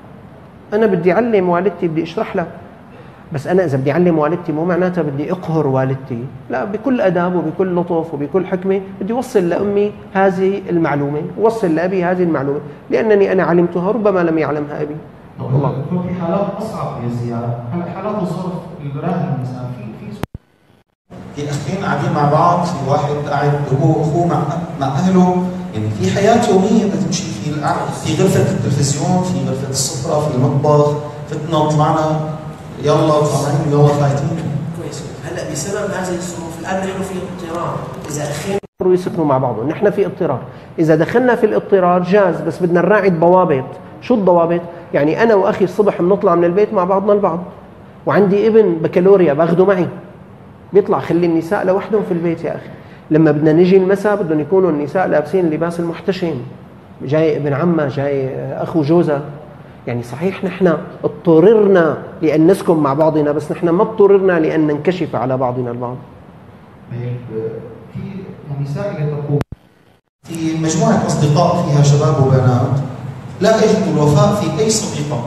أنا بدي أعلم والدتي بدي أشرح لها، بس أنا إذا بدي أعلم والدتي مو معناتها بدي أقهر والدتي، لا، بكل أداب وبكل لطف وبكل حكمة بدي أوصل لأمي هذه المعلومة ووصل لأبي هذه المعلومة لأنني أنا علمتها ربما لم يعلمها أبي. والله في حالات أصعب يا زياد، هلا حالات الظرف اللي راهن الإنسان في في في أخين قاعدين مع بعض، في واحد قاعد هو أخوه مع مع أهله، يعني في حياة يومية بتمشي في في غرفة التلفزيون، في غرفة السفرة، في المطبخ، فتنا طلعنا يلا طالعين يلا فايتين. كويس. هلا بسبب هذه الظروف الان نحن في اضطرار، اذا اخين يسكنوا مع بعضهم نحن في اضطرار، اذا دخلنا في الاضطرار جاز، بس بدنا نراعي الضوابط. شو الضوابط؟ يعني انا واخي الصبح بنطلع من البيت مع بعضنا البعض، وعندي ابن بكالوريا باخده معي بيطلع، خلي النساء لوحدهم في البيت يا اخي. لما بدنا نيجي المساء بدهم يكونوا النساء لابسين اللباس المحتشم، جاي ابن عمه، جاي اخو جوزها. يعني صحيح نحن اضطررنا لأن نسكن مع بعضنا، بس نحن ما اضطررنا لأن ننكشف على بعضنا البعض. في نساء تقوم في مجموعة أصدقاء فيها شباب وبنات، لا يجب الوفاء في أي صديقة.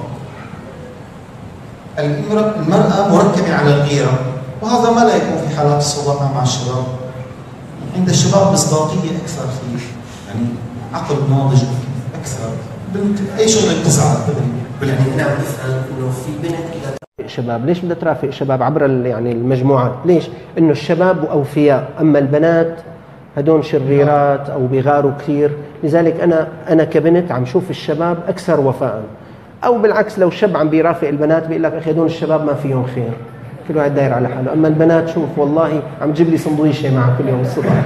المرأة مركبة على الغيرة، وهذا ما لا يكون في حالات الصداقة مع الشباب. عند الشباب مصداقية أكثر، في يعني عقل ناضج أكثر، بنت اي شغله بتسعى يعني نعم نفهم انه في بنت اذا شباب، ليش بدها ترافق شباب عبر يعني المجموعات؟ ليش؟ انه الشباب اوفياء، اما البنات هدول شريرات او بيغاروا كثير، لذلك انا انا كبنت عم شوف الشباب اكثر وفاء. او بالعكس لو شاب عم بيرافق البنات بيقول لك اخي هدول الشباب ما فيهم خير، كل واحد داير على حاله، اما البنات شوف والله عم تجيب لي سندويشه معه كل يوم الصبح.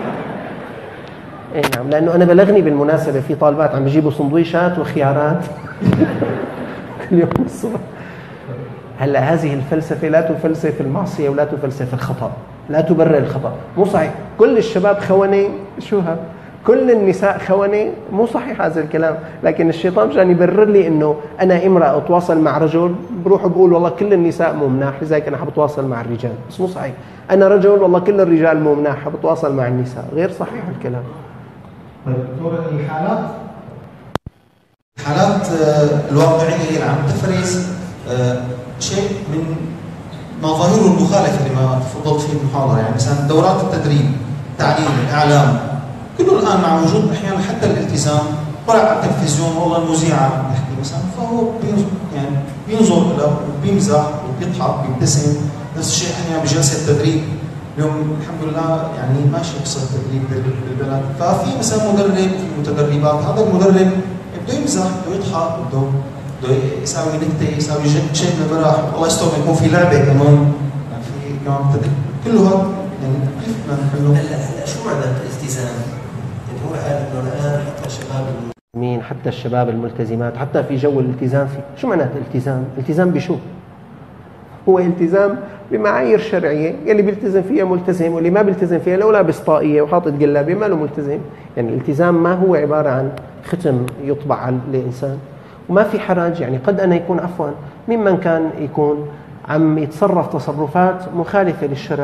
اي نعم، لانه انا بلغني بالمناسبه في طالبات عم بيجيبوا سندويشات وخيارات كل يوم الصبح. هلا هذه الفلسفه لا تفلسف المعصيه ولا تفلسف الخطا، لا تبرر الخطا، مو صحيح. كل الشباب خونه، شو هذا؟ كل النساء خونه، مو صحيح هذا الكلام، لكن الشيطان مشان يبرر لي انه انا امراه اتواصل مع رجل بروح بقول والله كل النساء مو مناح لذلك انا حبتواصل مع الرجال، بس مو صحيح. انا رجل والله كل الرجال مو مناح حبتواصل مع النساء، غير صحيح الكلام. طيب دكتور، الحالات الحالات الواقعيه اللي عم تفرز شيء من مظاهره المخالفه لما تفضلت فيه المحاضره، يعني مثلا دورات التدريب، التعليم، الاعلام، كله الان مع وجود احيانا حتى الالتزام، طلع على التلفزيون والله المذيعه بتحكي مثلا، فهو بينظر يعني بينظر له وبيمزح وبيضحك وبيبتسم. نفس الشيء احيانا بجلسه التدريب، اليوم الحمد لله يعني ماشي قصه التدريب بالبلد، ففي مثلا مدرب وفي متدربات، هذا المدرب بده يمزح بده يضحك بده بده يساوي نكته، يساوي شيء من المرح، الله يستر يكون في لعبه كمان، يعني في كمان تدريب، كله هذا يعني كيف بدنا نحله؟ هلا هلا شو معنى الالتزام؟ يعني هو قال انه الان حتى الشباب المين حتى الشباب الملتزمات حتى في جو الالتزام، في شو معنى الالتزام؟ التزام بشو؟ هو التزام بمعايير شرعيه، يلي بيلتزم فيها ملتزم واللي ما بيلتزم فيها لو لابس طاقيه وحاطط جلابيه ما له ملتزم. يعني الالتزام ما هو عباره عن ختم يطبع على الانسان، وما في حرج. يعني قد انا يكون عفوا ممن كان يكون عم يتصرف تصرفات مخالفه للشرع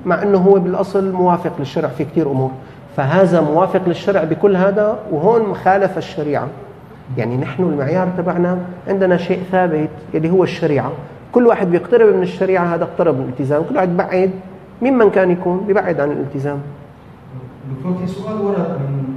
مع أنه هو بالأصل موافق للشرع في كثير أمور. فهذا موافق للشرع بكل هذا، وهون مخالف الشريعة. يعني نحن المعيار تبعنا عندنا شيء ثابت اللي هو الشريعة. كل واحد بيقترب من الشريعة هذا اقترب من الالتزام، كل واحد بعد ممن كان يكون بيبعد عن الالتزام. دكتور في سؤال ورد من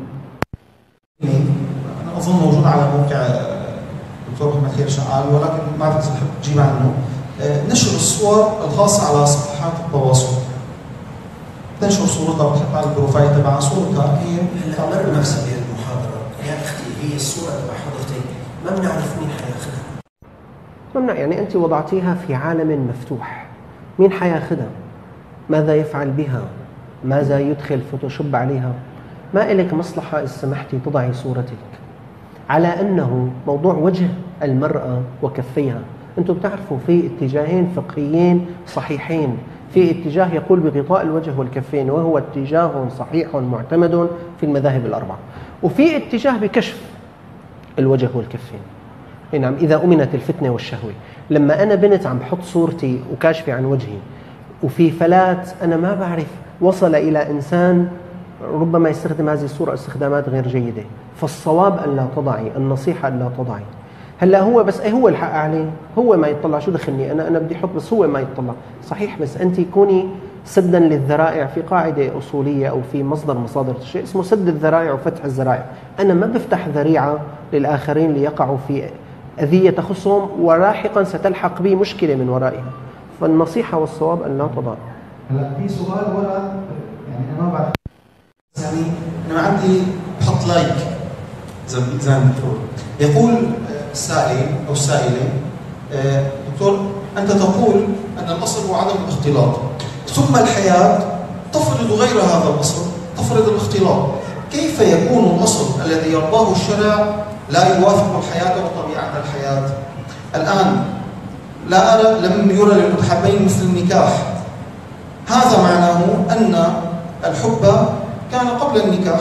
أنا أظن موجود على موقع دكتور محمد خير شعال، ولكن ما بعرف إذا بتحب تجيب عنه. نشر الصور الخاصة على صفحات التواصل، تنشر صورتها وتحط على البروفايل تبعها صورتها هي. هلا مر نفسي بهالمحاضرة يا أختي، هي الصورة تبع حضرتك ما بنعرف مين حياخذها. ممنوع، يعني أنت وضعتيها في عالم مفتوح، مين حياخذها؟ ماذا يفعل بها؟ ماذا يدخل فوتوشوب عليها؟ ما إلك مصلحة إذا سمحتي تضعي صورتك على أنه موضوع وجه المرأة وكفيها. أنتم بتعرفوا في اتجاهين فقهيين صحيحين، في اتجاه يقول بغطاء الوجه والكفين وهو اتجاه صحيح معتمد في المذاهب الأربعة، وفي اتجاه بكشف الوجه والكفين. نعم، إذا أمنت الفتنة والشهوة. لما أنا بنت عم بحط صورتي وكاشفة عن وجهي وفي فلات أنا ما بعرف وصل إلى إنسان ربما يستخدم هذه الصورة استخدامات غير جيدة، فالصواب أن لا تضعي، النصيحة أن لا تضعي. هلا هو بس ايه هو الحق عليه، هو ما يطلع، شو دخلني انا انا بدي احط بس هو ما يطلع. صحيح، بس انت كوني سدا للذرائع. في قاعده اصوليه او في مصدر مصادر الشيء اسمه سد الذرائع وفتح الذرائع. انا ما بفتح ذريعه للاخرين ليقعوا في اذيه تخصهم ولاحقا ستلحق بي مشكله من ورائها. فالنصيحه والصواب ان لا تضع. هلا في سؤال ورد، يعني انا ما بعرف، يعني انا عندي بحط لايك زي زي ما بتقول. يقول السائل أو السائلة: دكتور أنت تقول أن الأصل هو عدم الاختلاط، ثم الحياة تفرض غير هذا الأصل، تفرض الاختلاط، كيف يكون الأصل الذي يرضاه الشرع لا يوافق الحياة وطبيعة الحياة؟ الآن لا أرى لم يرى للمتحابين مثل النكاح، هذا معناه أن الحب كان قبل النكاح،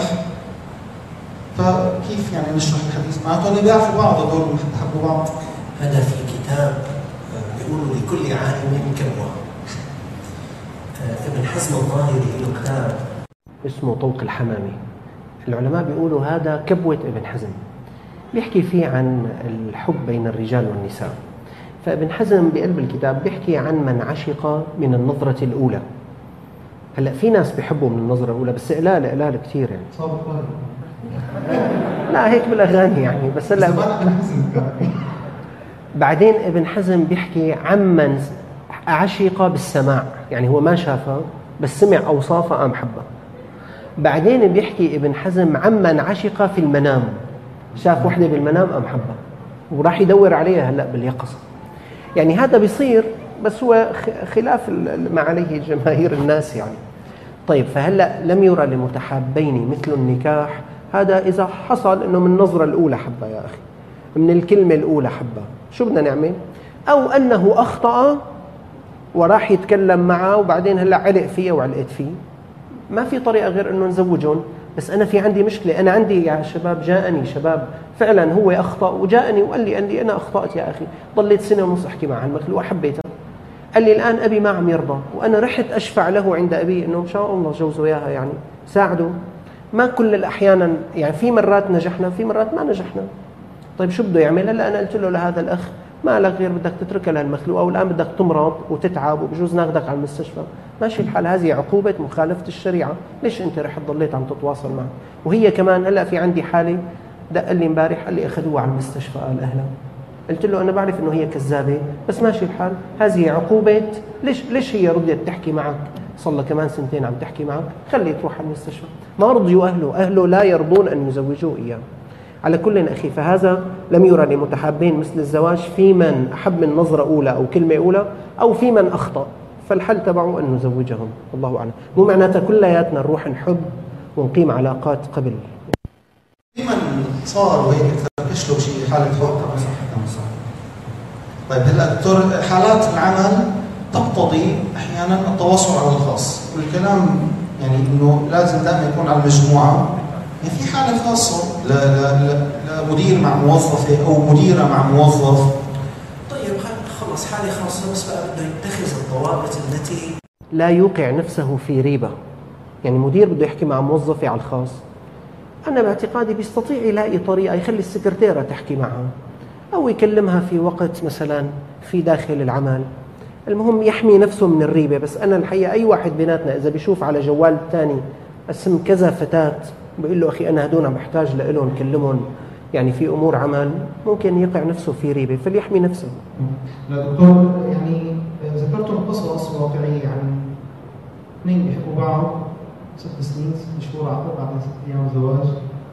فكيف يعني نشرح الحديث؟ معناته اللي بيعرفوا بعض هذول بيحبوا بعض. هذا في كتاب بيقولوا لكل عالم كبوة. ابن حزم الظاهري له كتاب اسمه طوق الحمامي. العلماء بيقولوا هذا كبوة ابن حزم، بيحكي فيه عن الحب بين الرجال والنساء. فابن حزم بقلب الكتاب بيحكي عن من عشق من النظرة الأولى. هلا في ناس بيحبوا من النظرة الأولى بس إقلال إقلال كثير يعني. لا هيك بالاغاني يعني، بس هلا بعدين ابن حزم بيحكي عمن عشق بالسماع، يعني هو ما شافها بس سمع اوصافها قام حبها. بعدين بيحكي ابن حزم عمن عشق في المنام، شاف وحده بالمنام قام حبها وراح يدور عليها هلا باليقظه. يعني هذا بيصير، بس هو خلاف ما عليه جماهير الناس يعني. طيب فهلا لم يرى لمتحابين مثل النكاح، هذا إذا حصل إنه من النظرة الأولى حبة يا أخي، من الكلمة الأولى حبة، شو بدنا نعمل؟ أو أنه أخطأ وراح يتكلم معه وبعدين هلا علق فيها وعلقت فيه، ما في طريقة غير إنه نزوجهم. بس أنا في عندي مشكلة، أنا عندي يا شباب جاءني شباب فعلا هو أخطأ وجاءني وقال لي قال لي أنا أخطأت يا أخي، ضليت سنة ونص أحكي مع المخلوق وحبيتها، قال لي الآن أبي ما عم يرضى، وأنا رحت أشفع له عند أبي إنه إن شاء الله جوزه إياها، يعني ساعده. ما كل الأحيانا يعني، في مرات نجحنا في مرات ما نجحنا. طيب شو بده يعمل؟ هلا أنا قلت له لهذا الأخ ما لك غير بدك تتركها لهالمخلوقة، والآن بدك تمرض وتتعب وبجوز ناخذك على المستشفى، ماشي الحال، هذه عقوبة مخالفة الشريعة، ليش أنت رحت ضليت عم تتواصل معه؟ وهي كمان هلا في عندي حالة دق لي امبارح قال لي أخذوها على المستشفى قال أهلا. قلت له أنا بعرف إنه هي كذابة بس ماشي الحال، هذه عقوبة. ليش ليش هي رضيت تحكي معك؟ صار لها كمان سنتين عم تحكي معك، خليه تروح على المستشفى. ما رضيوا أهله، أهله لا يرضون أن يزوجوه إياه. على كل أخي، فهذا لم يرى لمتحابين مثل الزواج في من أحب من نظرة أولى أو كلمة أولى أو في من أخطأ، فالحل تبعه أن نزوجهم. الله أعلم. مو معناتها كلياتنا نروح نحب ونقيم علاقات قبل. في من صار وهيك تفكش له شيء حالة حب. طيب هلا دكتور، حالات العمل تقتضي احيانا التواصل على الخاص والكلام، يعني انه لازم دائما يكون على المجموعه. يعني في حاله خاصه لمدير مع موظفه او مديره مع موظف. طيب خلص حاله خاصه، بس بقى بده يتخذ الضوابط التي لا يوقع نفسه في ريبة. يعني مدير بده يحكي مع موظفة على الخاص، أنا باعتقادي بيستطيع يلاقي طريقة يخلي السكرتيرة تحكي معها أو يكلمها في وقت مثلا في داخل العمل، المهم يحمي نفسه من الريبة. بس أنا الحقيقة أي واحد بيناتنا إذا بيشوف على جوال الثاني اسم كذا فتاة بيقول له أخي أنا هدول بحتاج لهم كلمهم يعني في أمور عمل، ممكن يقع نفسه في ريبة، فليحمي نفسه. لا دكتور، يعني ذكرتم قصص واقعية عن اثنين بيحبوا بعض ست سنين ست شهور عقد بعد ست أيام زواج،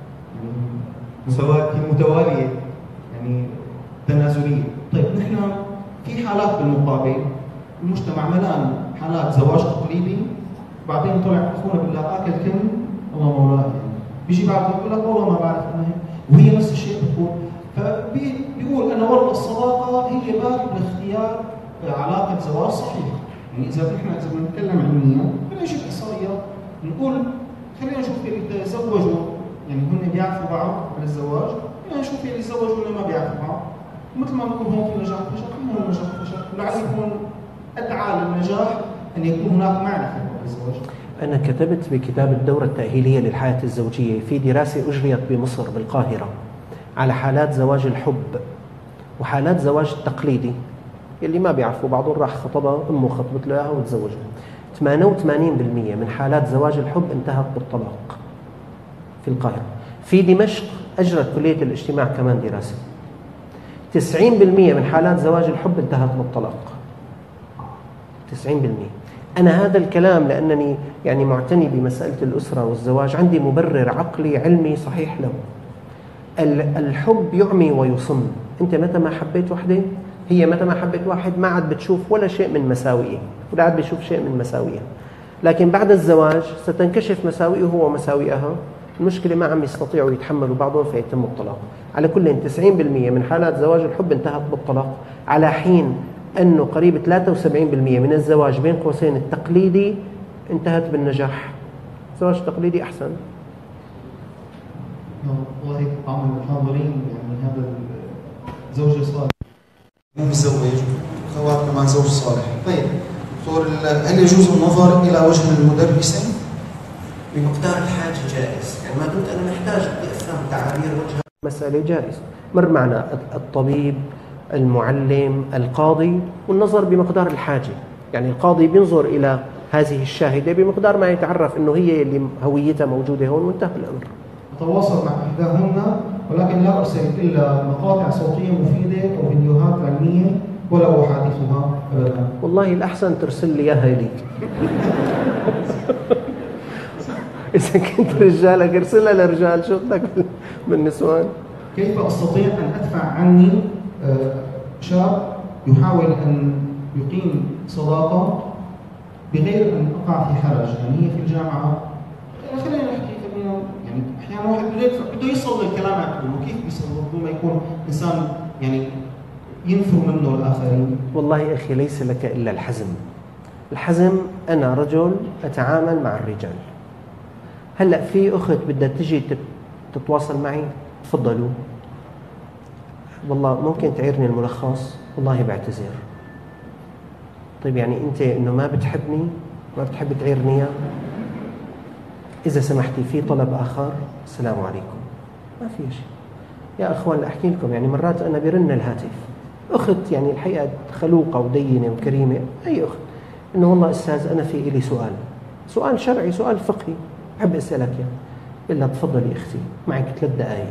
يعني متوالية يعني تنازلية. طيب نحن في حالات بالمقابل المجتمع ملان حالات زواج تقليدي، بعدين طلع اخونا بالله اكل كم الله مولاه، يعني بيجي بعد يقول لك والله ما بعرف انا هيك، وهي نفس الشيء بتقول. فبيقول انا والله الصداقه هي باب لاختيار علاقه زواج صحيح. يعني اذا نحن اذا بدنا نتكلم علميا خلينا نشوف احصائيات، نقول خلينا نشوف اللي تزوجوا يعني هن بيعرفوا بعض عن الزواج، خلينا نشوف اللي تزوجوا ولا ما بيعرفوا بعض. مثل ما نقول هون في نجاح فشل، هون نجاح فشل، لعل يكون ادعى للنجاح ان يكون هناك معرفه بالزواج. أنا كتبت بكتاب الدورة التأهيلية للحياة الزوجية في دراسة أجريت بمصر بالقاهرة على حالات زواج الحب وحالات زواج التقليدي اللي ما بيعرفوا بعضهم، راح خطبها أمه خطبت له إياها وتزوجوا. ثمانية وثمانين بالمئة من حالات زواج الحب انتهت بالطلاق في القاهرة. في دمشق أجرت كلية الاجتماع كمان دراسة، تسعين بالمئة من حالات زواج الحب انتهت بالطلاق. تسعين بالمئة. أنا هذا الكلام لأنني يعني معتني بمسألة الأسرة والزواج، عندي مبرر عقلي علمي صحيح له. الحب يعمي ويصم. أنت متى ما حبيت وحدة، هي متى ما حبيت واحد ما عاد بتشوف ولا شيء من مساوئه ولا عاد بيشوف شيء من مساوئها. لكن بعد الزواج ستنكشف مساوئه ومساوئها، المشكلة ما عم يستطيعوا يتحملوا بعضهم فيتم الطلاق. على كل تسعين بالمئة من حالات زواج الحب انتهت بالطلاق، على حين أنه قريب ثلاثة وسبعين بالمئة من الزواج بين قوسين التقليدي انتهت بالنجاح. الزواج التقليدي أحسن. والله طعم الحاضرين يعني هذا الزوج الصالح مو متزوج خوات كمان زوج صالح. طيب دكتور، هل يجوز النظر إلى وجه المدرسة؟ بمقدار الحاجة جائز، يعني ما دمت أنا محتاج بدي أفهم تعابير وجهها مسألة جائز. مر معنا الطبيب، المعلم، القاضي، والنظر بمقدار الحاجة. يعني القاضي بينظر إلى هذه الشاهدة بمقدار ما يتعرف أنه هي اللي هويتها موجودة هون وانتهى الأمر. أتواصل مع إحداهن ولكن لا أرسل إلا مقاطع صوتية مفيدة أو فيديوهات علمية ولا أحادثها أبدا. والله الأحسن ترسل لي إياها لي. إذا كنت رجالك ارسلها لرجال، شو بدك بالنسوان؟ كيف أستطيع أن أدفع عني شاب يحاول أن يقيم صداقة بغير أن أقع في حرج؟ يعني هي في الجامعة، خلينا نحكي خلينا يعني أحيانا واحد بده يصل للكلام عن كله، كيف بيصل بدون ما يكون إنسان يعني ينفر منه الآخرين؟ والله يا أخي ليس لك إلا الحزم. الحزم، أنا رجل أتعامل مع الرجال. هلأ في أخت بدها تجي تتواصل معي، تفضلوا والله ممكن تعيرني الملخص، والله بعتذر. طيب يعني أنت إنه ما بتحبني، ما بتحب تعيرني، إذا سمحتي في طلب آخر، السلام عليكم، ما في شيء. يا أخوان أحكي لكم، يعني مرات أنا برن الهاتف أخت يعني الحقيقة خلوقة ودينة وكريمة، أي أخت، إنه والله أستاذ أنا في إلي سؤال، سؤال شرعي، سؤال فقهي، أحب أسألك يعني. إلا تفضلي أختي معك ثلاث دقائق.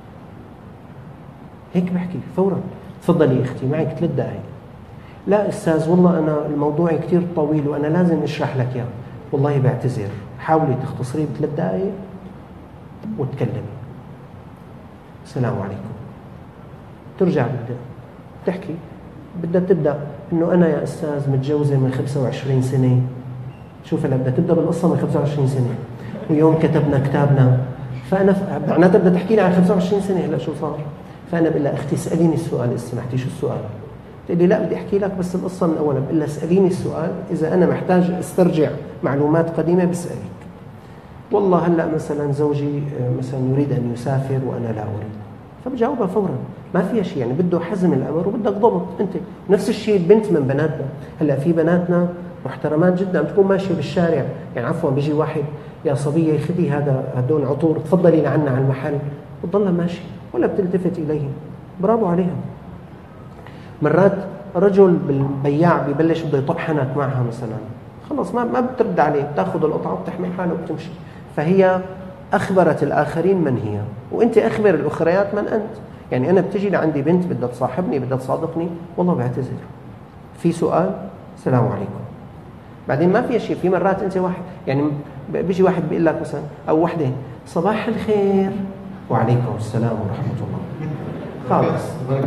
هيك بحكي فورا، تفضلي أختي معك ثلاث دقائق. لا أستاذ والله أنا الموضوع كتير طويل وأنا لازم أشرح لك إياه. والله بعتذر، حاولي تختصري بثلاث دقائق وتكلمي. السلام عليكم. ترجع بدها تحكي، بدها تبدأ إنه أنا يا أستاذ متجوزة من خمسة وعشرين سنة. شوف هلا بدها تبدأ بالقصة من خمسة وعشرين سنة، ويوم كتبنا كتابنا، فأنا معناتها بدها تحكي لي عن خمسة وعشرين سنة هلا شو صار. فأنا بقول لها أختي اسأليني السؤال إذا سمحتي. شو السؤال؟ تقول لي لا بدي أحكي لك بس القصة من أولها. بقول لها اسأليني السؤال، إذا أنا محتاج استرجع معلومات قديمة بسألك. والله هلا مثلا زوجي مثلا يريد أن يسافر وأنا لا أريد، فبجاوبها فورا، ما فيها شيء. يعني بده حزم الأمر وبدك ضبط. أنت نفس الشيء البنت من بناتنا. هلا في بناتنا محترمات جدا، تكون ماشيه بالشارع يعني عفوا بيجي واحد يا صبيه خذي هذا هدول عطور تفضلي لعنا على المحل، بتضلها ماشي ولا بتلتفت اليهم. برافو عليهم. مرات رجل بالبياع ببلش بده يطحنك معها مثلا، خلص ما ما بترد عليه، بتاخذ القطعه وبتحمل حالها وبتمشي. فهي اخبرت الاخرين من هي، وانت اخبر الاخريات من انت. يعني انا بتجي لعندي بنت بدها تصاحبني بدها تصادقني، والله بعتذر، في سؤال السلام عليكم، بعدين ما في شيء. في مرات انت واحد يعني بيجي واحد بيقول لك مثلا او وحده صباح الخير وعليكم السلام ورحمه الله، خلاص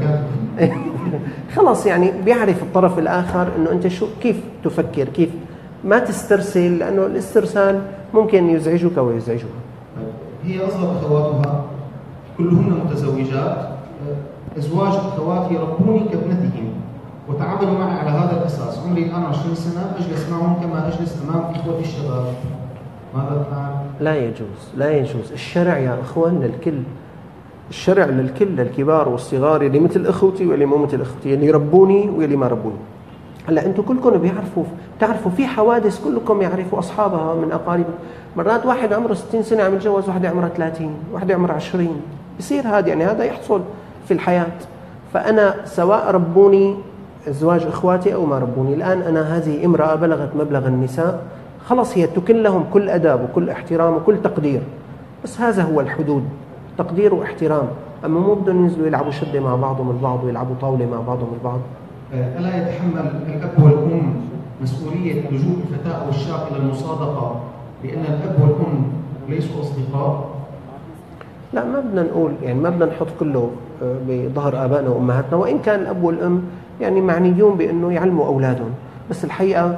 خلاص يعني بيعرف الطرف الآخر أنه أنت شو كيف تفكر، كيف ما تسترسل، لأنه الاسترسال ممكن يزعجك ويزعجها. هي أصغر أخواتها كلهن متزوجات، أزواج أخواتي ربوني كابنتهم وتعاملوا معي على هذا الأساس. عمري الآن عشرين سنة أجلس معهم كما أجلس أمام إخوتي الشباب. ماذا أفعل؟ لا يجوز، لا يجوز. الشرع يا أخوان للكل، الشرع للكل، للكبار والصغار، اللي مثل اخوتي واللي مو مثل اخوتي، اللي ربوني واللي ما ربوني. هلا انتم كلكم بيعرفوا بتعرفوا في حوادث كلكم يعرفوا اصحابها من اقاربكم. مرات واحد عمره ستين سنه عم يتجوز واحده عمرها ثلاثين، واحده عمرها عشرين، بصير هذا يعني هذا يحصل في الحياه. فانا سواء ربوني ازواج اخواتي او ما ربوني، الان انا هذه امراه بلغت مبلغ النساء، خلص هي تكن لهم كل اداب وكل احترام وكل تقدير، بس هذا هو الحدود، تقدير واحترام. أما مو بدهم ينزلوا يلعبوا شدة مع بعضهم البعض ويلعبوا طاولة مع بعضهم البعض. ألا يتحمل الأب والأم مسؤولية لجوء الفتاة أو الشاب إلى المصادقة لأن الأب والأم ليسوا أصدقاء؟ لا، ما بدنا نقول يعني ما بدنا نحط كله بظهر آبائنا وأمهاتنا، وإن كان الأب والأم يعني معنيون بأنه يعلموا أولادهم، بس الحقيقة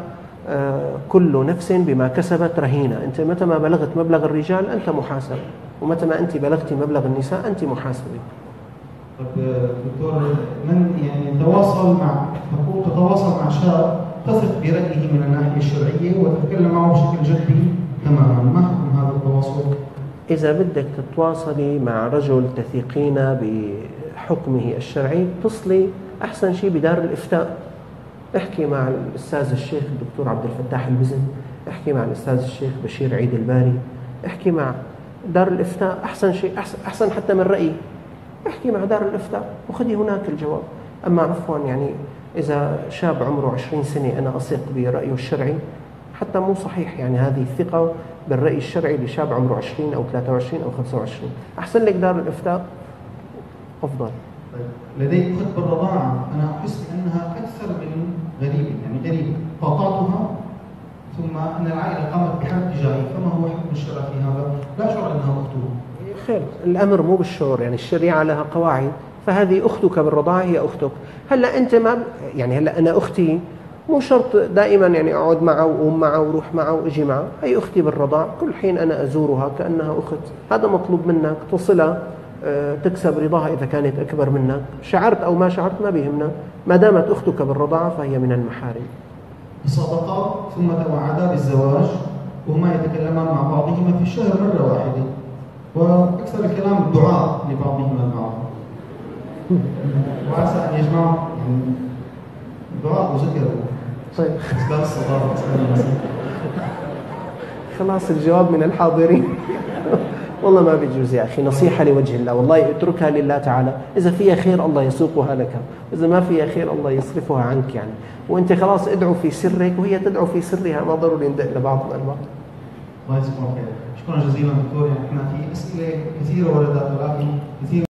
كل نفس بما كسبت رهينة. أنت متى ما بلغت مبلغ الرجال أنت محاسب، ومتى ما أنت بلغتي مبلغ النساء أنت محاسبة. طب دكتور، من يعني تواصل مع تقول تتواصل مع شاب تثق برأيه من الناحية الشرعية وتتكلم معه بشكل جدي تماما، ما حكم هذا التواصل؟ إذا بدك تتواصلي مع رجل تثقين بحكمه الشرعي اتصلي أحسن شيء بدار الإفتاء، احكي مع الأستاذ الشيخ الدكتور عبد الفتاح البزن، احكي مع الأستاذ الشيخ بشير عيد الباري، احكي مع دار الإفتاء، أحسن شيء أحسن, أحسن حتى من رأيي، احكي مع دار الإفتاء وخذي هناك الجواب. أما عفوا يعني إذا شاب عمره عشرين سنة أنا أثق برأيه الشرعي، حتى مو صحيح يعني هذه الثقة بالرأي الشرعي لشاب عمره عشرين أو ثلاثة وعشرين أو خمسة وعشرين، أحسن لك دار الإفتاء أفضل. لدي أخت بالرضاعة أنا أحس أنها أكثر من غريبة، يعني غريبة قاطعتها ثم أن العائلة قامت بحرب تجاري، فما هو حكم الشرع في هذا؟ لا أشعر أنها أخته. خير، الأمر مو بالشعور، يعني الشريعة لها قواعد، فهذه أختك بالرضاعة هي أختك. هلا أنت ما يعني هلا أنا أختي مو شرط دائما يعني أقعد معه وأقوم معه وروح معه وأجي معه، هي أختي بالرضاعة كل حين أنا أزورها كأنها أخت، هذا مطلوب منك تصلها، تكسب رضاها إذا كانت أكبر منك، شعرت أو ما شعرت ما بيهمنا، ما دامت أختك بالرضاعة فهي من المحارم. تصادقا ثم توعدا بالزواج وهما يتكلمان مع بعضهما في الشهر مرة واحدة، وأكثر الكلام الدعاء لبعضهما البعض، وعسى أن يجمعوا يعني دعاء وذكر طيب أسباب الصداقة وأسباب خلاص الجواب من الحاضرين. والله ما بيجوز يا أخي، نصيحة لوجه الله، والله اتركها لله تعالى، إذا فيها خير الله يسوقها لك، إذا ما فيها خير الله يصرفها عنك يعني، وأنت خلاص ادعو في سرك وهي تدعو في سرها، ما ضروري ندق لبعضنا البعض. الله يجزاكم خير. شكرا جزيلا دكتور، يعني احنا في أسئلة كثيرة وردت ولكن كثير